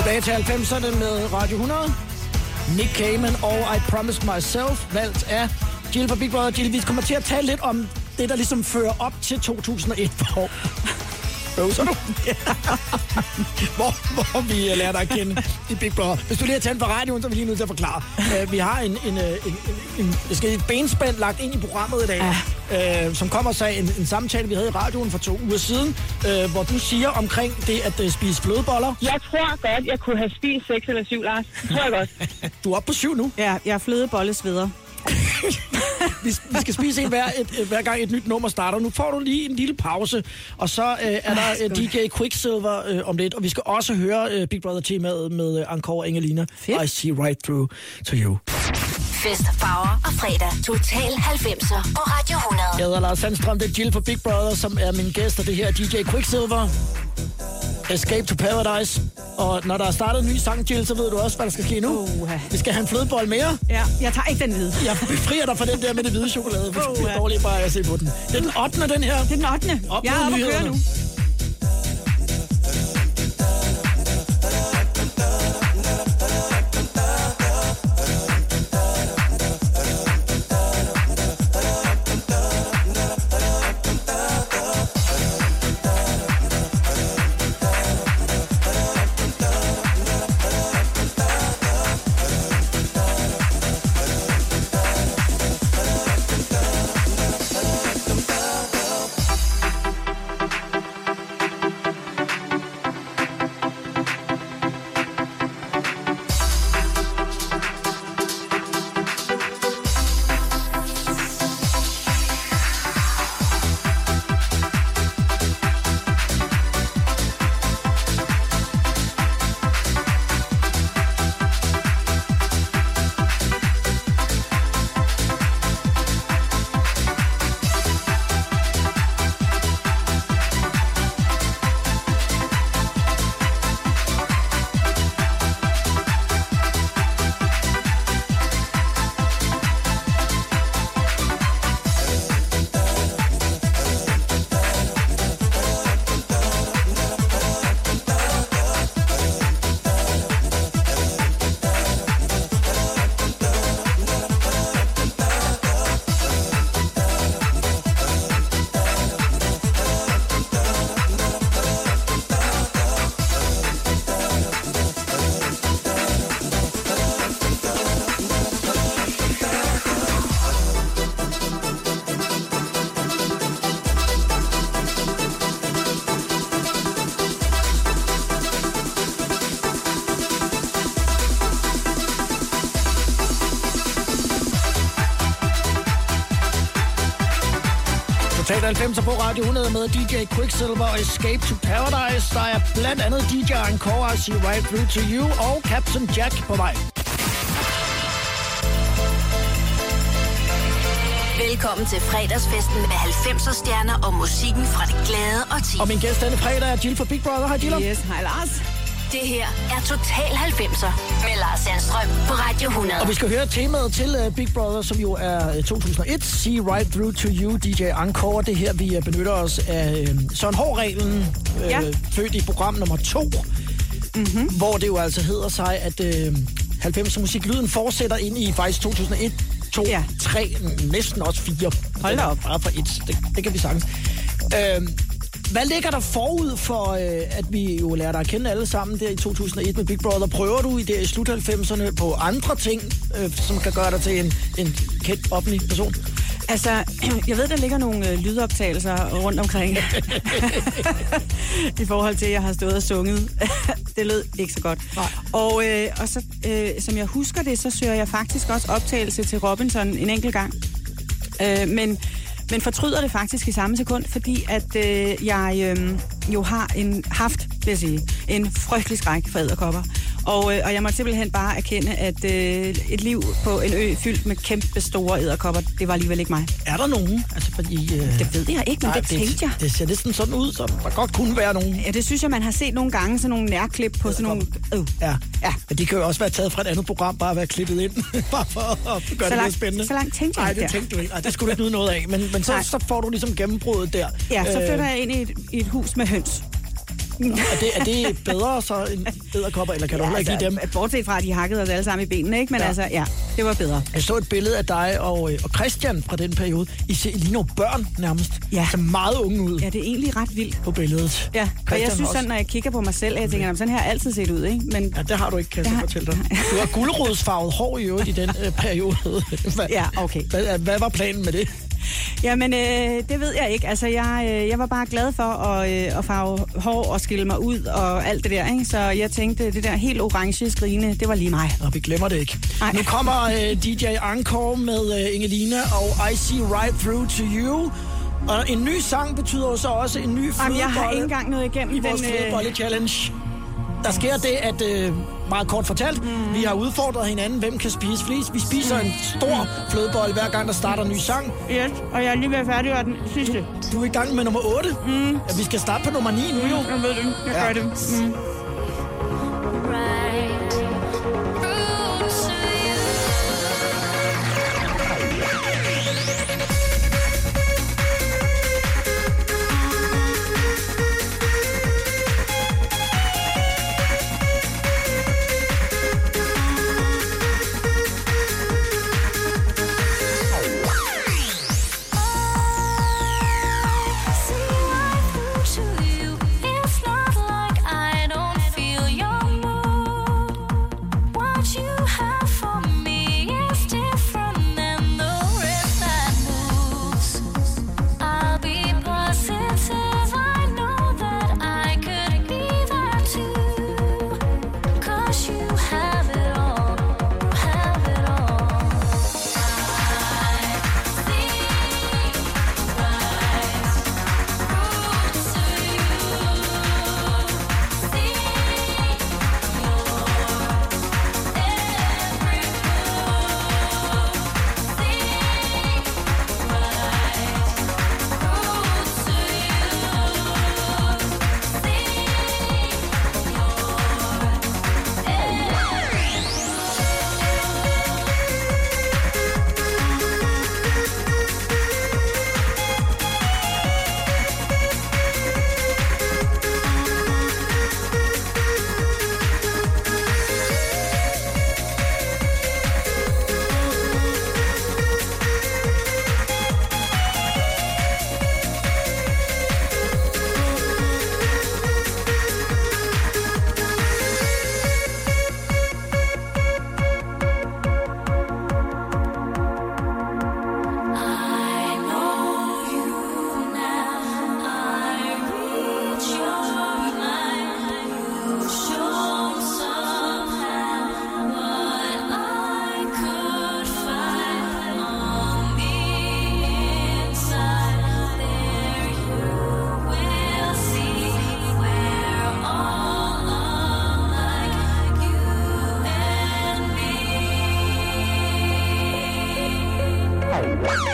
Speaker 2: Tilbage til halvfemserne med Radio hundrede. Nick Cayman og I Promised Myself, valgt af Jill fra Big Brother. Jill, vi kommer til at tale lidt om det, der ligesom fører op til to tusind og et, hvor... Bøvser du? hvor, hvor vi lærer dig at kende i Big Brother. Hvis du lige har tændt på radioen, så er vi lige nødt til at forklare. Uh, vi har en, en, en, en, en, en benspænd lagt ind i programmet i dag, uh, som kommer sig en, en samtale, vi havde i radioen for to uger siden, uh, hvor du siger omkring det at uh, spise flødeboller.
Speaker 6: Jeg tror godt, jeg kunne have spist seks eller syv, Lars. Det tror jeg godt.
Speaker 2: Du er oppe på syv nu.
Speaker 3: Ja, jeg er flødebollesveder.
Speaker 2: vi, vi skal spise en hver, et, et, hver gang et nyt nummer starter. Nu får du lige en lille pause, og så øh, er der øh, D J Quicksilver øh, om lidt, og vi skal også høre øh, Big Brother-temaet med øh, Encore og Angelina. Fedt. I see right through to you.
Speaker 1: Fest, farver og fredag. Total halvfemser på Radio hundrede.
Speaker 2: Jeg hedder Lars Sandstrøm, det er Jill fra Big Brother, som er min gæst, og det her er D J Quicksilver. Escape to Paradise. Og når der er startet en ny sang, Jill, så ved du også, hvad der skal ske nu. Uh, vi skal have en flødebold mere.
Speaker 3: Ja, jeg tager ikke den hvide.
Speaker 2: Jeg befrier dig fra den der med det hvide chokolade, for uh, det er dårligt bare at se på den. Det er den ottende, den her.
Speaker 3: Det er den ottende.
Speaker 2: Op
Speaker 3: Jeg er oppe at køre nu.
Speaker 2: Total halvfemser på Radio hundrede med D J Quicksilver og Escape to Paradise. Der er blandt andet D J Encore, I See Right Through to You og Captain Jack på vej.
Speaker 1: Velkommen til fredagsfesten med halvfemser stjerner og musikken fra det glade årti.
Speaker 2: Og min gæst denne fredag er Jill fra Big Brother. Hej, Jill.
Speaker 3: Yes, hej Lars.
Speaker 1: Det her er Total halvfemser med Lars Sandstrøm på Radio hundrede.
Speaker 2: Og vi skal høre temaet til uh, Big Brother, som jo er uh, to tusind og et. See Right Through to You, D J Encore. Det her, vi uh, benytter os af uh, Søren Haahr-reglen, uh, ja. født i program nummer to. Mm-hmm. Hvor det jo altså hedder sig, at uh, halvfemser musiklyden fortsætter ind i faktisk to tusind og et, to, ja. tre, næsten også fire.
Speaker 3: Hold da op.
Speaker 2: Bare for et. Det, det kan vi sagtens. Uh, Hvad ligger der forud for, øh, at vi jo lærer dig at kende alle sammen der i to tusind og et med Big Brother? Prøver du i det i slut halvfemserne på andre ting, øh, som kan gøre dig til en, en kendt offentlig person?
Speaker 3: Altså, jeg ved, der ligger nogle øh, lydoptagelser rundt omkring. I forhold til, at jeg har stået og sunget. Det lød ikke så godt. Nej. Og, øh, og så, øh, som jeg husker det, så søger jeg faktisk også optagelse til Robinson en enkelt gang. Øh, men... Men fortryder det faktisk i samme sekund, fordi at øh, jeg øh, jo har en, haft, vil jeg sige, en frygtelig skræk for edderkopper. Og, øh, og jeg må simpelthen bare erkende, at øh, et liv på en ø fyldt med kæmpe store edderkopper, det var alligevel ikke mig.
Speaker 2: Er der nogen? Altså, fordi, øh...
Speaker 3: Det ved jeg ikke, men nej, det tænkte jeg.
Speaker 2: Det ser næsten sådan ud, så der godt kunne være nogen.
Speaker 3: Ja, det synes jeg, man har set nogle gange, sådan nogle nærklip på sådan nogle... Øh.
Speaker 2: Ja. ja, men de kan jo også være taget fra et andet program, bare være klippet ind, bare for at gøre så det
Speaker 3: langt,
Speaker 2: lidt spændende.
Speaker 3: Så langt tænkte jeg
Speaker 2: ikke. Nej, det tænkte du ikke. Ej, det skulle du ikke nyde noget af. Men, men så, så får du ligesom gennembruddet der.
Speaker 3: Ja, så flytter jeg ind i et, i et hus med høns.
Speaker 2: Er det, er det bedre så end edderkopper, eller kan du heller ikke lide dem?
Speaker 3: Bortset fra, at de hakkede os alle sammen i benene, ikke? Men
Speaker 2: Ja.
Speaker 3: altså, ja, det var bedre.
Speaker 2: Jeg så et billede af dig og, øh, og Christian fra den periode. I ser lige nogle børn nærmest.
Speaker 3: Ja.
Speaker 2: Så meget unge ud
Speaker 3: Ja, det er egentlig ret vildt.
Speaker 2: på billedet.
Speaker 3: Ja, og
Speaker 2: Christian
Speaker 3: jeg synes
Speaker 2: også.
Speaker 3: sådan, når jeg kigger på mig selv, at jeg tænker, "Nå, sådan her har jeg altid set ud, ikke? Men
Speaker 2: Ja, det har du ikke, kan jeg så
Speaker 3: Ja.
Speaker 2: fortælle dig. Du har guldrodsfarvet hår i øvrigt i den øh, periode. Hvad,
Speaker 3: ja, okay.
Speaker 2: hvad, hvad var planen med det?
Speaker 3: Jamen, øh, det ved jeg ikke. Altså, jeg, øh, jeg var bare glad for at, øh, at farve hår og skille mig ud og alt det der, ikke? Så jeg tænkte, det der helt orange skrigende, det var lige mig.
Speaker 2: Og vi glemmer det ikke.
Speaker 3: Ej.
Speaker 2: Nu kommer øh, D J Encore med øh, Ingelina og I See Right Through to You. Og en ny sang betyder jo så også en ny
Speaker 3: Jamen, jeg har
Speaker 2: flødebolle
Speaker 3: ikke engang noget igennem
Speaker 2: i vores
Speaker 3: den... Øh,
Speaker 2: flødebolle-challenge. Der sker det, at, øh, meget kort fortalt, mm. vi har udfordret hinanden, hvem kan spise flest. Vi spiser en stor flødebolle, hver gang der starter en ny sang.
Speaker 3: yes, og jeg er lige ved at færdiggøre den sidste.
Speaker 2: Du er i gang med nummer otte. Mm. Ja, vi skal starte på nummer ni nu jo.
Speaker 3: Jeg ved det. Jeg
Speaker 2: Ja.
Speaker 3: gør det. Mm.
Speaker 1: Right through to you. See right through to you. It's not like I don't feel your mood. What you have for me is different than the rest that moves. I'll be positive. I know that I could be there too. 'Cause you have it all. You have it all. I know you now. I read your mind. You show somehow what I could find on the inside. There you will see we're all alike, you and me.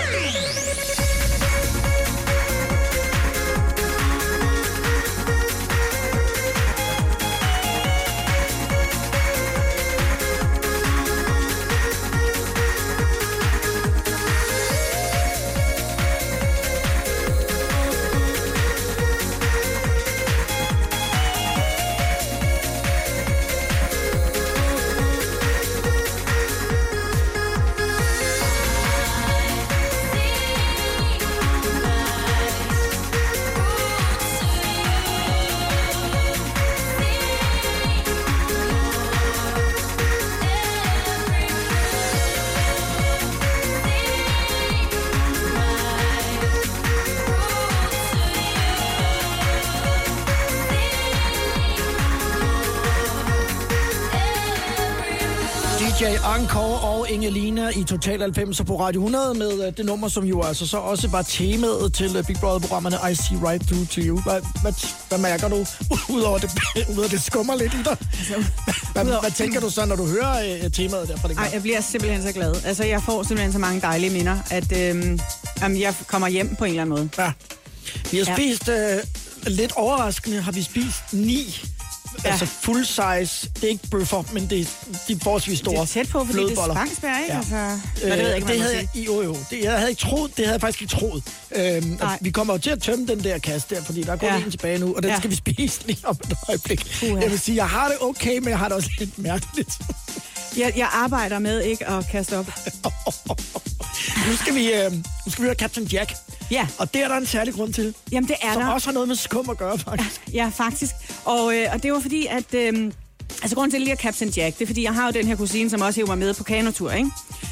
Speaker 2: D J Encore og Ingelina i Total halvfems på Radio hundrede med uh, det nummer, som jo altså så også var temaet til uh, Big Brother-programmerne I See Right Through to You. Hvad, hvad, hvad mærker du, udover det, udover det skummer lidt i dig? Hvad, hvad tænker du så, når du hører uh, temaet der fra det?
Speaker 3: Ej, jeg bliver simpelthen så glad. Altså, jeg får simpelthen så mange dejlige minder, at øhm, jamen, jeg kommer hjem på en eller anden måde.
Speaker 2: Ja. Vi har
Speaker 3: Ja.
Speaker 2: spist, uh, lidt overraskende, har vi spist ni
Speaker 3: Ja.
Speaker 2: Altså full size, det er ikke bøffer, men det er de er forholdsvis store
Speaker 3: Det er tæt på, fordi det er
Speaker 2: flødeboller.
Speaker 3: spangsbær, ikke?
Speaker 2: Ja.
Speaker 3: Altså,
Speaker 2: Øh,
Speaker 3: men det ved jeg ikke,
Speaker 2: det
Speaker 3: hvad
Speaker 2: havde
Speaker 3: man
Speaker 2: jeg, jo, jo. Det, jeg havde ikke troet, det havde jeg faktisk ikke troet. Øhm,
Speaker 3: Nej.
Speaker 2: vi kommer jo til at tømme den der kasse der, fordi der er kun
Speaker 3: Ja.
Speaker 2: en tilbage nu, og den
Speaker 3: Ja.
Speaker 2: skal vi spise lige om et øjeblik.
Speaker 3: Uha.
Speaker 2: Jeg vil sige, jeg har det okay, men jeg har det også lidt mærkeligt.
Speaker 3: Jeg, jeg arbejder med ikke at kaste op.
Speaker 2: nu, skal vi, øh, nu skal vi høre Captain Jack.
Speaker 3: Ja.
Speaker 2: Og det er der en særlig grund til,
Speaker 3: Jamen, det er
Speaker 2: som
Speaker 3: der.
Speaker 2: også har noget med skum at gøre, faktisk.
Speaker 3: Ja, faktisk. Og, øh, og det var fordi, at... Øh, altså, grunden til, at jeg lige er Captain Jack, det er fordi, jeg har jo den her kusine, som også hæver mig med på kanotur, ikke?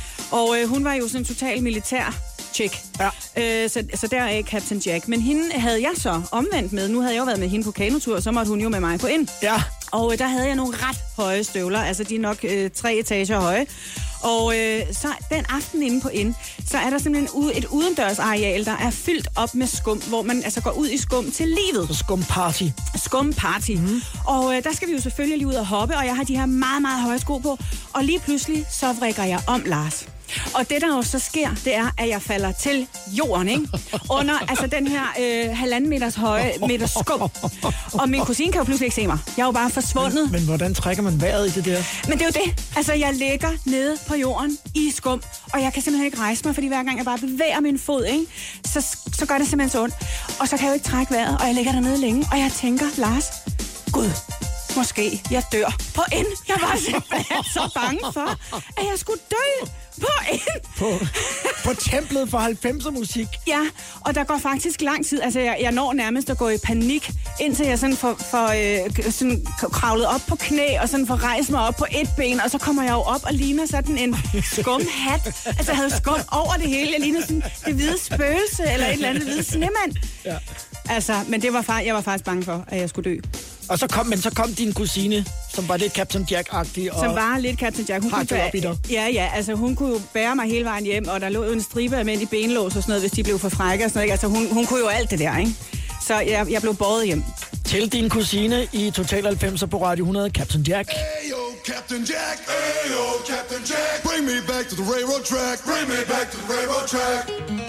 Speaker 3: Og øh, hun var jo sådan en total militær chick.
Speaker 2: Ja.
Speaker 3: Øh, så, så der er Captain Jack. Men hende havde jeg så omvendt med. Nu havde jeg jo været med hende på kanotur, og så måtte hun jo med mig på ind.
Speaker 2: Ja.
Speaker 3: Og øh, der havde jeg nogle ret høje støvler. Altså, de er nok øh, tre etager høje. Og øh, så den aften inde på ind, så er der simpelthen ude, et udendørsareal, der er fyldt op med skum, hvor man altså går ud i skum til livet.
Speaker 2: Så skum party.
Speaker 3: Skum party. Mm. Og øh, der skal vi jo selvfølgelig lige ud og hoppe, og jeg har de her meget, meget høje sko på. Og lige pludselig, så vrikker jeg om, Lars. Og det, der jo så sker, det er, at jeg falder til jorden, ikke? Under altså den her øh, halvanden meters høje meter skum. Og min kusine kan jo pludselig ikke se mig. Jeg er jo bare forsvundet.
Speaker 2: Men, men hvordan trækker man vejret i det der?
Speaker 3: Men det er jo det. Altså, jeg ligger nede på jorden i skum, og jeg kan simpelthen ikke rejse mig, fordi hver gang jeg bare bevæger min fod, ikke, så, så gør det simpelthen så ondt. Og så kan jeg jo ikke trække vejret, og jeg ligger dernede længe, og jeg tænker, Lars, Gud, måske jeg dør på en. Jeg var simpelthen så bange for, at jeg skulle dø på en.
Speaker 2: På, på templet for halvfemser musik.
Speaker 3: Ja, og der går faktisk lang tid. Altså, jeg, jeg når nærmest at gå i panik, indtil jeg sådan får, får øh, sådan kravlet op på knæ, og sådan får rejst mig op på et ben, og så kommer jeg jo op og ligner sådan en skumhat. Altså, jeg havde skum over det hele. Jeg ligner sådan det hvide spøgelse, eller et eller andet hvide snemand.
Speaker 2: Ja.
Speaker 3: Altså, men det var far, jeg var faktisk bange for, at jeg skulle dø.
Speaker 2: Og så kom, men så kom din kusine, som var lidt Captain Jack-agtig. Og
Speaker 3: Som var lidt Captain Jack. Hun kunne
Speaker 2: hakket op i dig.
Speaker 3: ja, ja, altså hun kunne jo bære mig hele vejen hjem, og der lå jo en stribe af mænd i benlås og sådan noget, hvis de blev for frække og sådan noget. Ikke? Altså hun, hun kunne jo alt det der, ikke? Så jeg, jeg blev båret hjem.
Speaker 2: Til din kusine i Total halvfemser på Radio hundrede, Captain Jack.
Speaker 7: Hey yo, Captain Jack. Hey yo, Captain Jack. Bring me back to the railroad track. Bring me back to the railroad track.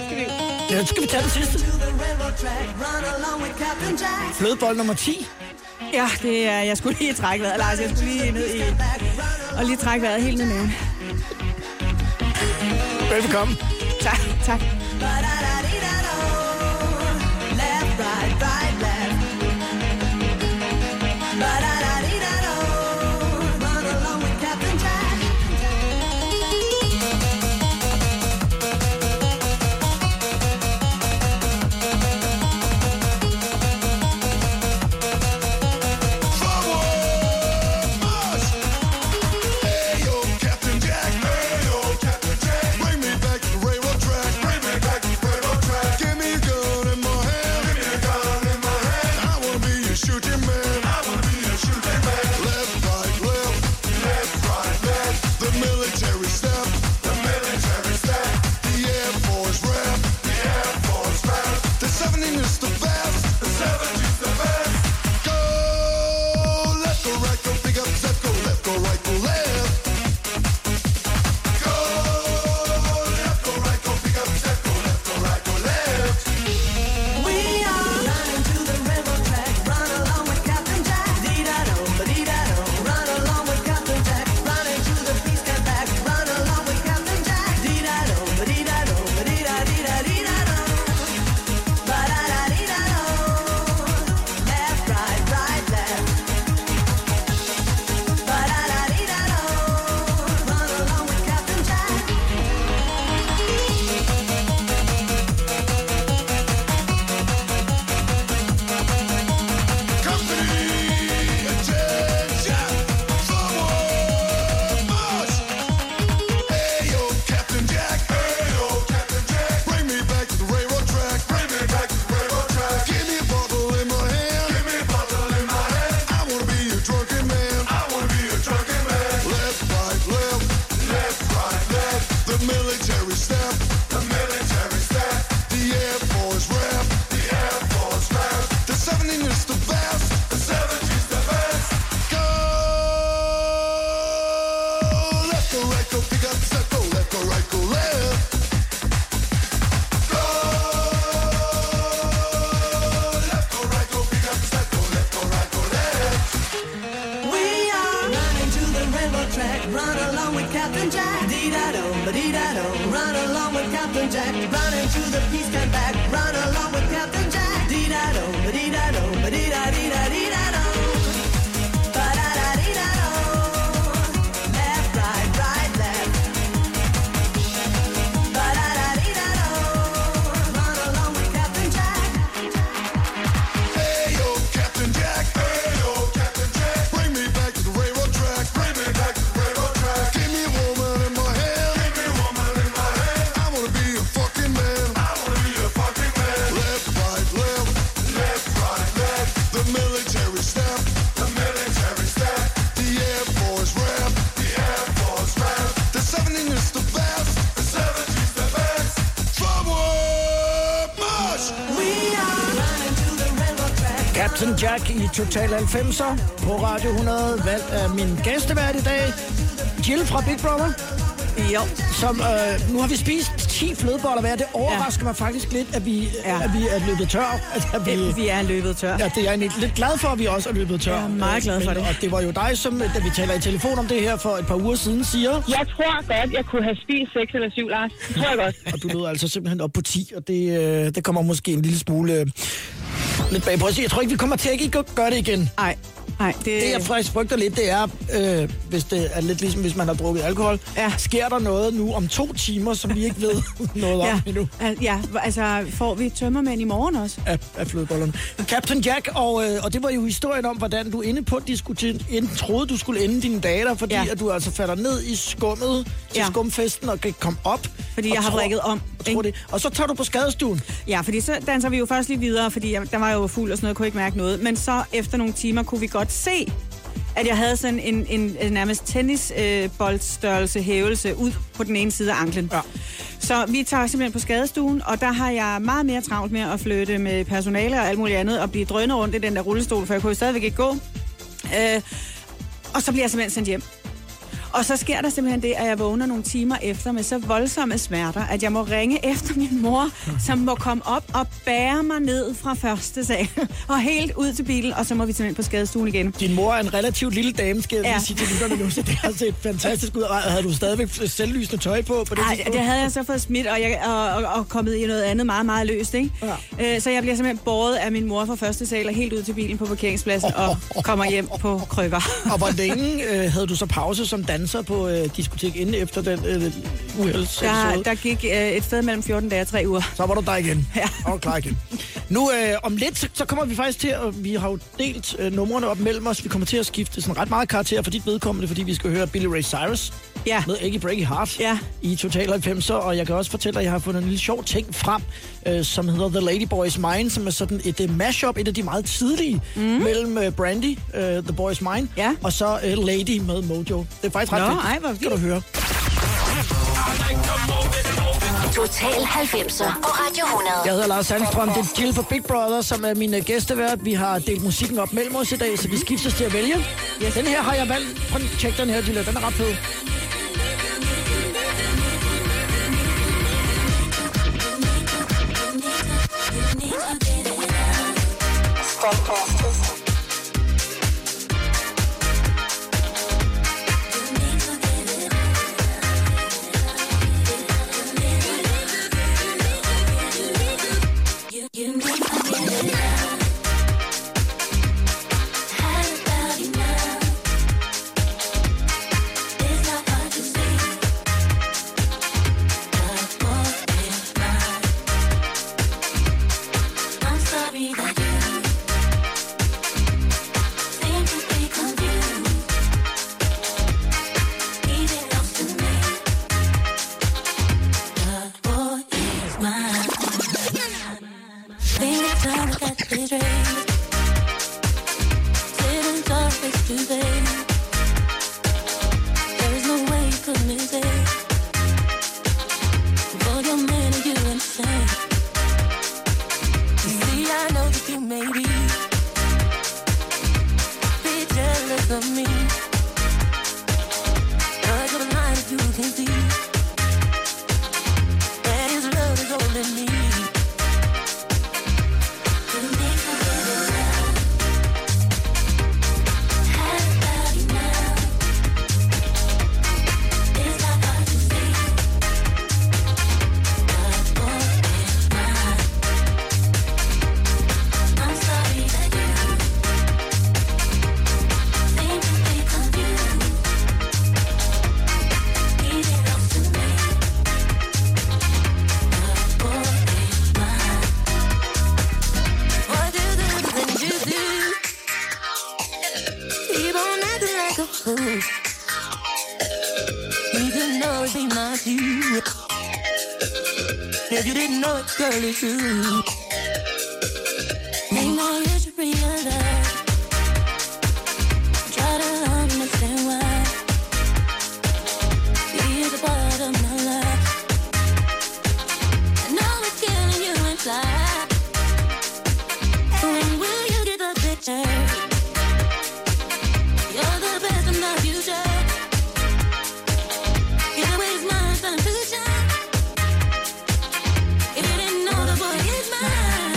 Speaker 2: Ja, skal vi tage den sidste? Flødebold nummer ti.
Speaker 3: Ja, det er, jeg skulle lige trække vejret, Lars. Jeg skulle lige ned i... Og lige trække vejret helt ned i maven.
Speaker 2: Velkommen.
Speaker 3: Tak, tak.
Speaker 7: Captain Jack, hey yo, Captain Jack, bring me back to the railroad track, bring me back to the railroad
Speaker 9: Captain Jack. Dee-da-do, ba-dee-da-do, run along with Captain Jack. Run into the peace camp back, run along with Captain Jack. Dee-da-do, ba-dee-da-do, ba-dee-da-dee-da-dee-da-do. Ba-da-da-dee-da-do. Left, right, right, left. Ba-da-da-dee-da-do. Run along with Captain Jack.
Speaker 7: Hey yo, Captain Jack. Hey yo, Captain Jack. Bring me back to the railroad track. Bring me back to the railroad track. Give me a woman in my hand. Give me a woman in my hand. I wanna be a fucking man. I wanna be a fucking man. Left, right, left. Left, right, left. The military step. The military step. The Air Force rap. The Air Force rap. The seventeen is the best. The seventies the best. Forward march.
Speaker 9: We are running to the railroad track.
Speaker 2: Captain Jack i Total halvfemser på Radio hundrede, valgt af min gæstevært i dag, Jill fra Big Brother.
Speaker 3: Jo.
Speaker 2: Som, øh, nu har vi spist ti flødeboller hver. Det overrasker ja. mig faktisk lidt, at vi,
Speaker 3: Ja.
Speaker 2: at vi er løbet tør. At vi,
Speaker 3: Vi er løbet tør.
Speaker 2: ja, det er jeg egentlig lidt glad for, at vi også er løbet tør.
Speaker 3: Jeg er meget glad for
Speaker 2: Men-
Speaker 3: det.
Speaker 2: Og det var jo dig, som, da vi taler i telefon om det her for et par uger siden, siger...
Speaker 6: Jeg tror godt, jeg kunne have spist seks eller syv, Lars. Det tror jeg godt.
Speaker 2: Og du lød altså simpelthen op på ti, og det, øh, det kommer måske en lille smule øh, lidt bag på os. Jeg tror ikke, vi kommer til at ikke gøre det igen.
Speaker 3: Nej, nej. Det,
Speaker 2: Det, jeg faktisk frygter lidt, det er, øh, hvis det er lidt ligesom, hvis man har drukket alkohol.
Speaker 3: Ja.
Speaker 2: Sker der noget nu om to timer, som vi ikke ved noget om
Speaker 3: ja,
Speaker 2: endnu
Speaker 3: al- ja, altså får vi tømmermænd i morgen også?
Speaker 2: af, af flødebollerne? Captain Jack, og, øh, og det var jo historien om, hvordan du inde på diskotek troede, du skulle ende dine dage der, fordi
Speaker 3: Ja.
Speaker 2: at du altså falder ned i skummet til
Speaker 3: Ja.
Speaker 2: skumfesten og kan komme op.
Speaker 3: Fordi
Speaker 2: og
Speaker 3: jeg har
Speaker 2: tror-
Speaker 3: vrikket om,
Speaker 2: og tror det. Og så tager du på skadestuen.
Speaker 3: Ja, fordi så danser vi jo først lige videre, fordi jeg, der var jo fuld og sådan noget, kunne ikke mærke noget. Men så efter nogle timer kunne vi godt se, at jeg havde sådan en, en, en nærmest tennisboldstørrelse hævelse ud på den ene side af anklen.
Speaker 2: Ja.
Speaker 3: Så vi tager simpelthen på skadestuen, og der har jeg meget mere travlt med at flytte med personale og alt muligt andet, og blive drønet rundt i den der rullestol, for jeg kunne jo stadigvæk ikke gå. Øh, og så bliver jeg simpelthen sendt hjem. Og så sker der simpelthen det, at jeg vågner nogle timer efter med så voldsomme smerter, at jeg må ringe efter min mor, som må komme op og bære mig ned fra første sal og helt ud til bilen, og så må vi simpelthen på skadestuen igen.
Speaker 2: Din mor er en relativt lille dame, skal jeg
Speaker 3: Ja.
Speaker 2: lige sige til lytterne nu, så det har set fantastisk ud. Havde du stadigvæk selvlysende tøj på på det
Speaker 3: Ej,
Speaker 2: tidspunkt?
Speaker 3: det havde jeg så fået smidt, og, jeg, og, og, og kommet i noget andet meget, meget løst, ikke?
Speaker 2: Ja.
Speaker 3: Øh, så jeg bliver simpelthen båret af min mor fra første sal og helt ud til bilen på parkeringspladsen og kommer hjem på krykker.
Speaker 2: Og hvor længe øh, havde du så pause som danser på øh, diskotek inden efter den øh, uheldsepisode?
Speaker 3: Der, der gik øh, et sted mellem fjorten dage og tre uger.
Speaker 2: Så var du der igen.
Speaker 3: Ja.
Speaker 2: Og var klar igen. Nu øh, om lidt, så, så kommer vi faktisk til, at vi har jo delt øh, numrene op mellem os. Vi kommer til at skifte sådan ret meget karakter for dit vedkommende, fordi vi skal høre Billy Ray Cyrus
Speaker 3: Ja.
Speaker 2: med Achy Breaky Heart
Speaker 3: Ja.
Speaker 2: i Total halvfemser. Og jeg kan også fortælle, at jeg har fundet en lille sjov ting frem, øh, som hedder The Lady Boy's Mine, som er sådan et uh, mashup, et af de meget tidlige, mm. mellem uh, Brandy, uh, The Boy's Mine,
Speaker 3: Ja.
Speaker 2: og så uh, Lady med Mojo. Det er faktisk ret
Speaker 3: Nå,
Speaker 2: fedt.
Speaker 3: ej, hvor
Speaker 2: Skal du høre.
Speaker 1: Total halvfemser på Radio hundrede.
Speaker 2: Jeg hedder Lars Sandstrøm, det er Jill fra Big Brother, som er min uh, gæstevært. Vi har delt musikken op mellem os i dag, så vi skiftes til at vælge. Yes. Den her har jeg valgt. Prøv at tjekke den her, Jill. Den er ret fed.
Speaker 1: Ooh. You didn't know it ain't not you. If you didn't know it, girl, it's true. Ain't no use to realize. Try to understand why. You're the part of my life. I know it's killing you inside. When will you get the picture? You're the best of my future. Get away from my sun to shine. If you didn't know the boy is mine.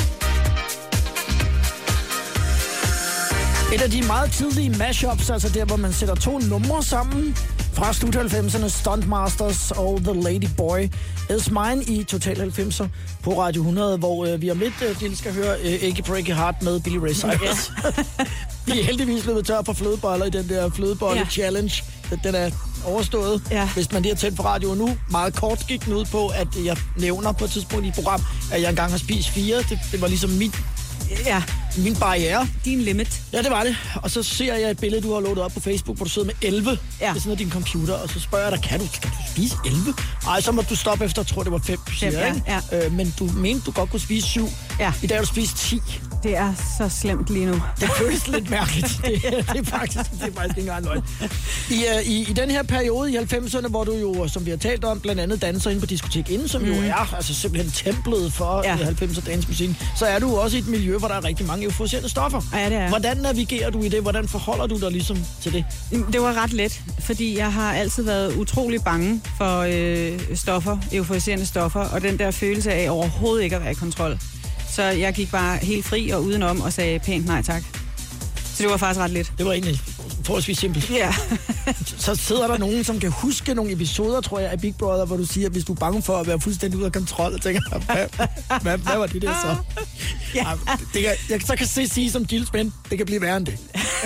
Speaker 2: Et af de meget tidlige mashups, altså der, hvor man sætter to numre sammen fra slut halvfemserne, Stuntmasters og The Lady Boy Is Mine i Total halvfemser på Radio hundrede, hvor øh, vi om lidt øh, skal høre øh, Achy Breaky Heart med Billy Ray Cyrus. Vi er heldigvis løbet tør for flødeboller i den der flødebolle
Speaker 3: Ja.
Speaker 2: challenge. Den er overstået.
Speaker 3: Ja.
Speaker 2: Hvis man lige har tændt for radioen nu, meget kort gik den ud på, at jeg nævner på et tidspunkt i et program, at jeg engang har spist fire. Det, det var ligesom min,
Speaker 3: Ja,
Speaker 2: min barriere.
Speaker 3: din limit.
Speaker 2: Ja, det var det. Og så ser jeg et billede, du har loadet op på Facebook, hvor du sidder med elleve
Speaker 3: Ja.
Speaker 2: ved siden af din computer, og så spørger jeg dig, kan du, kan du spise elleve? Ej, så må du stoppe efter, jeg tror, det var fem, siger
Speaker 3: Fem,
Speaker 2: jeg,
Speaker 3: ja,
Speaker 2: ikke? Øh, men du mente, du godt kunne spise syv.
Speaker 3: Ja.
Speaker 2: I dag har du spist ti.
Speaker 3: Det er så slemt lige nu.
Speaker 2: Det føles lidt mærkeligt. Det, det, er faktisk, det er faktisk ikke engang løgn. I, uh, i, I den her periode i halvfemserne, hvor du jo, som vi har talt om, blandt andet danser inde på Diskotek Inden, som mm. jo er altså simpelthen templet for
Speaker 3: Ja.
Speaker 2: ja. halvfemser dansmusikken, så er du også i et miljø, hvor der er rigtig mange euforiserende stoffer.
Speaker 3: Ja, det er.
Speaker 2: Hvordan navigerer du i det? Hvordan forholder du dig ligesom til det?
Speaker 3: Det var ret let, fordi jeg har altid været utrolig bange for øh, stoffer, euforiserende stoffer, og den der følelse af overhovedet ikke at være i kontrol. Så jeg gik bare helt fri og udenom og sagde pænt nej tak. Så det var faktisk ret let.
Speaker 2: Det var egentlig forholdsvis simpelt.
Speaker 3: Ja.
Speaker 2: Så sidder der nogen, som kan huske nogle episoder, tror jeg, af Big Brother, hvor du siger, at hvis du er bange for at være fuldstændig ude af kontrol, og tænker, hvad, hvad, hvad var det der så?
Speaker 3: Ja.
Speaker 2: Ej, det kan, jeg så kan se, sige som Jill Spend, det kan blive værre end det.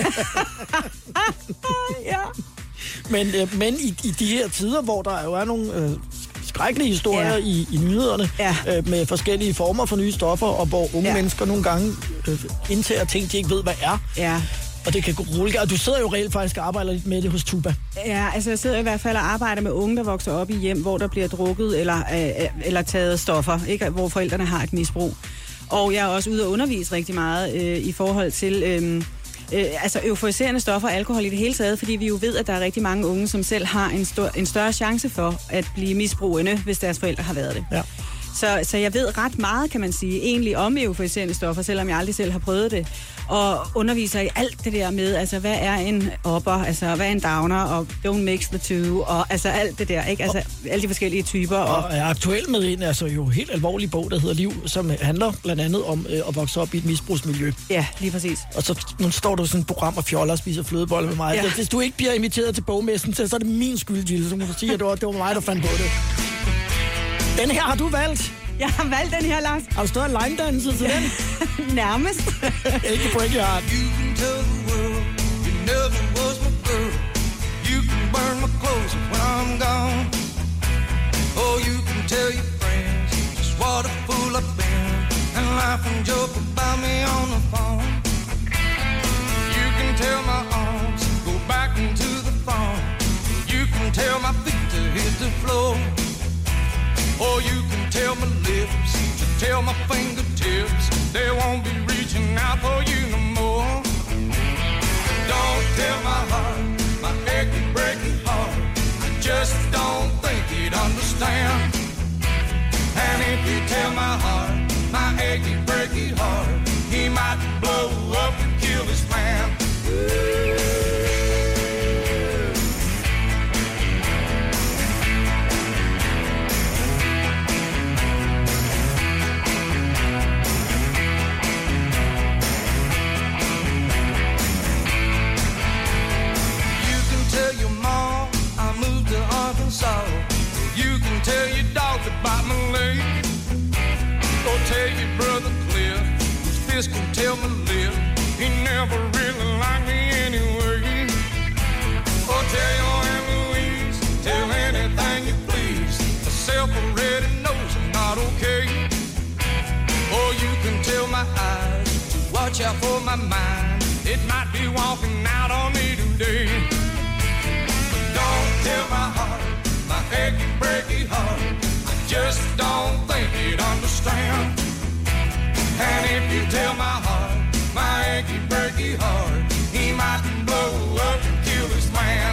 Speaker 3: Ja.
Speaker 2: Men, øh, men i, i de her tider, hvor der jo er nogle øh, skrækkelige historier
Speaker 3: Ja.
Speaker 2: ja. i, i nyhederne,
Speaker 3: Ja.
Speaker 2: øh, med forskellige former for nye stoffer, og hvor unge
Speaker 3: Ja.
Speaker 2: ja. mennesker nogle gange øh, indtager ting, de ikke ved, hvad er.
Speaker 3: Ja.
Speaker 2: Og det kan gå rulle. Og du sidder jo reelt faktisk og arbejder lidt med det hos Tuba.
Speaker 3: Ja, altså jeg sidder i hvert fald og arbejder med unge, der vokser op i hjem, hvor der bliver drukket eller, øh, eller taget stoffer, ikke? Hvor forældrene har et misbrug. Og jeg er også ude og undervise rigtig meget øh, i forhold til øh, øh, altså euforiserende stoffer og alkohol i det hele taget, fordi vi jo ved, at der er rigtig mange unge, som selv har en, stor, en større chance for at blive misbrugende, hvis deres forældre har været det.
Speaker 2: Ja.
Speaker 3: Så, så jeg ved ret meget, kan man sige, egentlig om euforiserende stoffer, selvom jeg aldrig selv har prøvet det. Og underviser i alt det der med, altså hvad er en upper, altså hvad er en downer, og don't mix the two, og altså alt det der, ikke? Altså alle de forskellige typer. Og,
Speaker 2: Og er aktuel med en altså jo helt alvorlig bog, der hedder Liv, som handler blandt andet om øh, at vokse op i et misbrugsmiljø.
Speaker 3: ja, lige præcis.
Speaker 2: Og så nu står du i sådan et program og fjoller og spiser flødebolle med mig.
Speaker 3: Ja.
Speaker 2: Ja. Hvis du ikke bliver inviteret til bogmessen, så er det min skyld, Jill. Så må du sige, at det var, det var mig, der fandt på det. Den her har du valgt.
Speaker 3: Jeg har valgt den her, Lars.
Speaker 2: Har du stået og line-danset til den?
Speaker 3: Nærmest.
Speaker 2: Ikke break your heart.
Speaker 10: You can tell the world you never was my girl. You can burn my clothes when I'm gone. Oh, you can tell your friends just what a fool I've been and laugh and joke about me on the phone. You can tell my arms go back into the phone. You can tell my feet to hit the floor. Or you can tell my lips, to tell my fingertips, they won't be reaching out for you no more. Don't tell my heart, my achy, breaky heart, I just don't think he'd understand. And if you tell my heart, my achy, breaky heart, he might blow up and kill this man. Tell your mom I moved to Arkansas. You can tell your dog about my leg. Go tell your brother Cliff, whose fist can tell my lip. He never really liked me anyway. Or tell your Aunt Louise, tell anything you please. Myself already knows I'm not okay. Or you can tell my eyes to watch out for my mind. It might be walking out on me today. just don't think he'd understand. And if you tell my heart, my achy breaky heart, he might blow up and kill this man.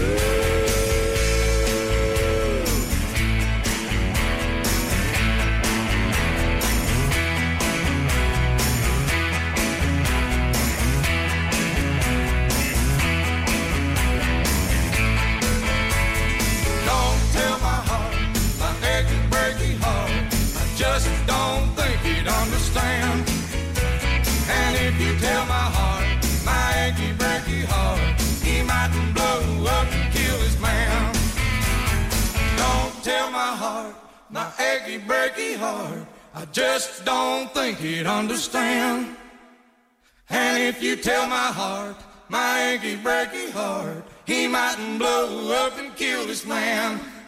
Speaker 10: Don't tell my heart, my achy breaky heart, I just don't think he'd understand. And if you tell my heart, my achy breaky heart, he might blow up and kill his man. Don't tell my heart, my achy breaky heart, I just don't think he'd understand. And if you tell my heart, my achy breaky heart, he might blow up and kill this man.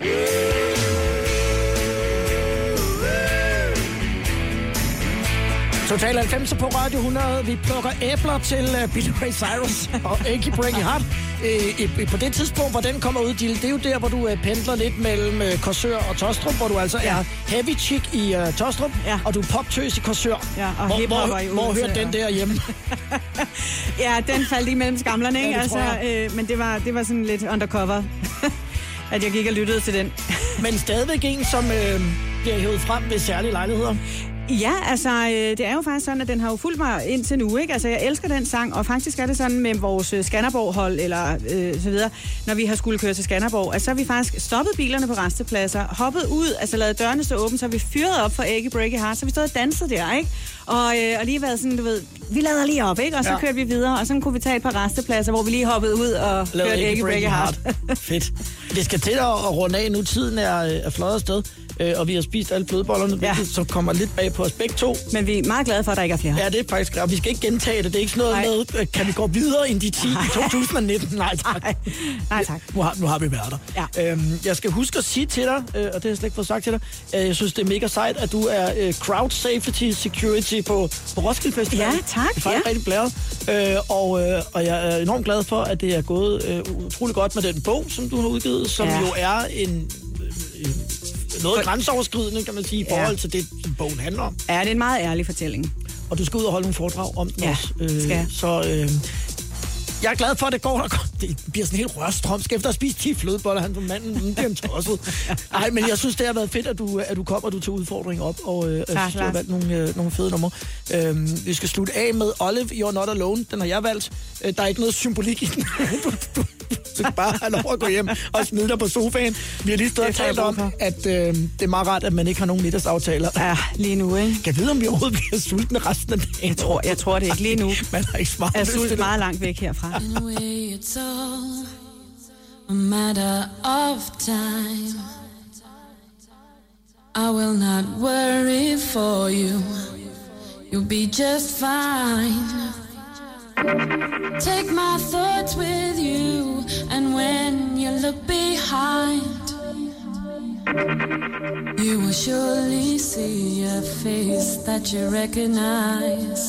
Speaker 2: Total halvfems på Radio hundrede. Vi plukker æbler til uh, Billy Ray Cyrus og Achy Breaky Heart. Uh, uh, på det tidspunkt, hvor den kommer ud, Jill, det er jo der, hvor du uh, pendler lidt mellem uh, Korsør og Tostrup, hvor du altså ja. er heavy chick i uh, Tostrup, ja. og du er poptøs i Korsør.
Speaker 3: Ja, og
Speaker 2: hvor, hvor,
Speaker 3: i
Speaker 2: hvor hører den der hjemme?
Speaker 3: Ja, den faldt ikke mellem skamlerne, ikke?
Speaker 2: Ja,
Speaker 3: altså, øh, men det var, det var sådan lidt undercover, at jeg gik og lyttede til den.
Speaker 2: Men stadigvæk en, som øh, bliver hævet frem ved særlige lejligheder.
Speaker 3: Ja, altså, øh, det er jo faktisk sådan, at den har jo fulgt mig indtil nu, ikke? Altså, jeg elsker den sang, og faktisk er det sådan med vores øh, Skanderborg-hold, eller øh, så videre, når vi har skulle køre til Skanderborg, at så har vi faktisk stoppet bilerne på rastepladser, hoppet ud, altså lavet dørene stå åbent, så har vi fyret op for Achy Breaky Heart, så har vi stod og danset der, ikke? Og, øh, og lige været sådan, du ved, vi lader lige op, ikke? Og så ja. kørte vi videre, og så kunne vi tage et par rastepladser, hvor vi lige hoppede ud og
Speaker 2: lavede
Speaker 3: kørte Achy Breaky Heart.
Speaker 2: Fedt. Det skal til at, at runde af nu, tiden er, er fløjet afsted. Øh, og vi har spist alle blødbollerne, ja. som kommer lidt bag på os begge to.
Speaker 3: Men vi er meget glade for, at der ikke er flere.
Speaker 2: Ja, det er faktisk klart. Vi skal ikke gentage det. Det er ikke sådan noget Nej. med, kan vi gå videre end de ti Nej. i to tusind nitten? Nej, tak.
Speaker 3: Nej, Nej tak.
Speaker 2: Nu har, nu har vi været der. Ja. Øhm, jeg skal huske at sige til dig, øh, og det har jeg slet ikke fået sagt til dig, øh, jeg synes, det er mega sejt, at du er øh, crowd safety security på, på Roskilde Festival.
Speaker 3: Ja, tak.
Speaker 2: Det er faktisk
Speaker 3: ja.
Speaker 2: rigtig blæret. Øh, og, øh, og jeg er enormt glad for, at det er gået øh, utrolig godt med den bog, som du har udgivet, som ja. jo er en... Øh, noget grænseoverskridende, kan man sige, i forhold ja. til det, som bogen handler om.
Speaker 3: Ja, det er en meget ærlig fortælling.
Speaker 2: Og du skal ud og holde nogle foredrag om den
Speaker 3: ja,
Speaker 2: også. Øh,
Speaker 3: skal.
Speaker 2: Så øh, jeg er glad for, at det går der godt. Det bliver sådan helt rørstrømsk efter at spise ti flødeboller. Han på manden, bliver tosset. Nej, men jeg synes, det har været fedt, at du, at du kom, og du tog udfordringen op. Og øh, jeg synes, du har valgt nogle, øh, nogle fede numre. Øh, vi skal slutte af med Olive, You're Not Alone. Den har jeg valgt. Øh, der er ikke noget symbolik i den. du, du, du skal bare have lov at gå hjem og smide dig på sofaen. Vi har lige stået og talt om, at øh, det er meget rart, at man ikke har nogen middagsaftaler.
Speaker 3: Ja, lige nu, ikke?
Speaker 2: Kan jeg vide, om vi overhovedet bliver sultne resten af dagen?
Speaker 3: Jeg tror, jeg tror det ikke lige nu.
Speaker 2: Man har ikke smart.
Speaker 3: Jeg er sulten meget langt væk herfra.
Speaker 1: In a way, it's all a matter of time. I will not worry for you. You'll be just fine. Take my thoughts with you, and when you look behind, you will surely see a face that you recognize.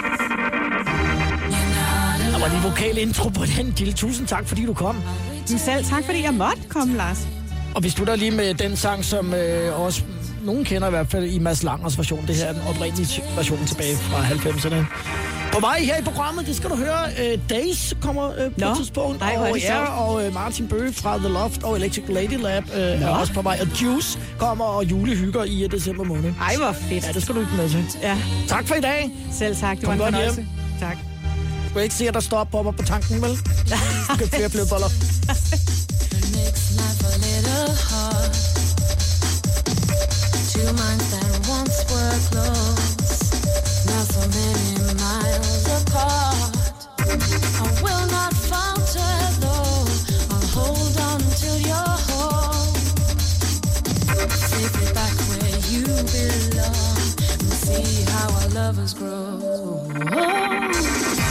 Speaker 2: Der var lige vokal intro på den, Jill. Tusind tak, fordi du kom.
Speaker 3: Men selv tak, fordi jeg måtte komme, Lars.
Speaker 2: Og vi slutter lige med den sang, som øh, også nogen kender i hvert fald i Mads Langers version. Det her er den oprindelige version tilbage fra halvfemserne. På vej her i programmet, det skal du høre. Uh, Days kommer uh, på
Speaker 3: Nå,
Speaker 2: et tidspunkt.
Speaker 3: nej,
Speaker 2: og, ja, og uh, Martin Bøge fra The Loft og Electric Lady Lab uh, er også på vej. Og Juice kommer og julehygger i uh, december måned.
Speaker 3: Ej, hvor fedt.
Speaker 2: Ja, det skal du ikke med til.
Speaker 3: Ja.
Speaker 2: Tak for i dag.
Speaker 3: Selv tak, det
Speaker 2: Kom
Speaker 3: var en
Speaker 2: godt
Speaker 3: fornøjelse.
Speaker 2: hjem.
Speaker 3: Tak.
Speaker 2: Du kan ikke se, at der står popper på tanken, vel? Du kan flere blødboller.
Speaker 1: Two minds that once were close, now so many miles apart. I will not falter though, I'll hold on till you're home, safely back where you belong, and see how our lovers grow.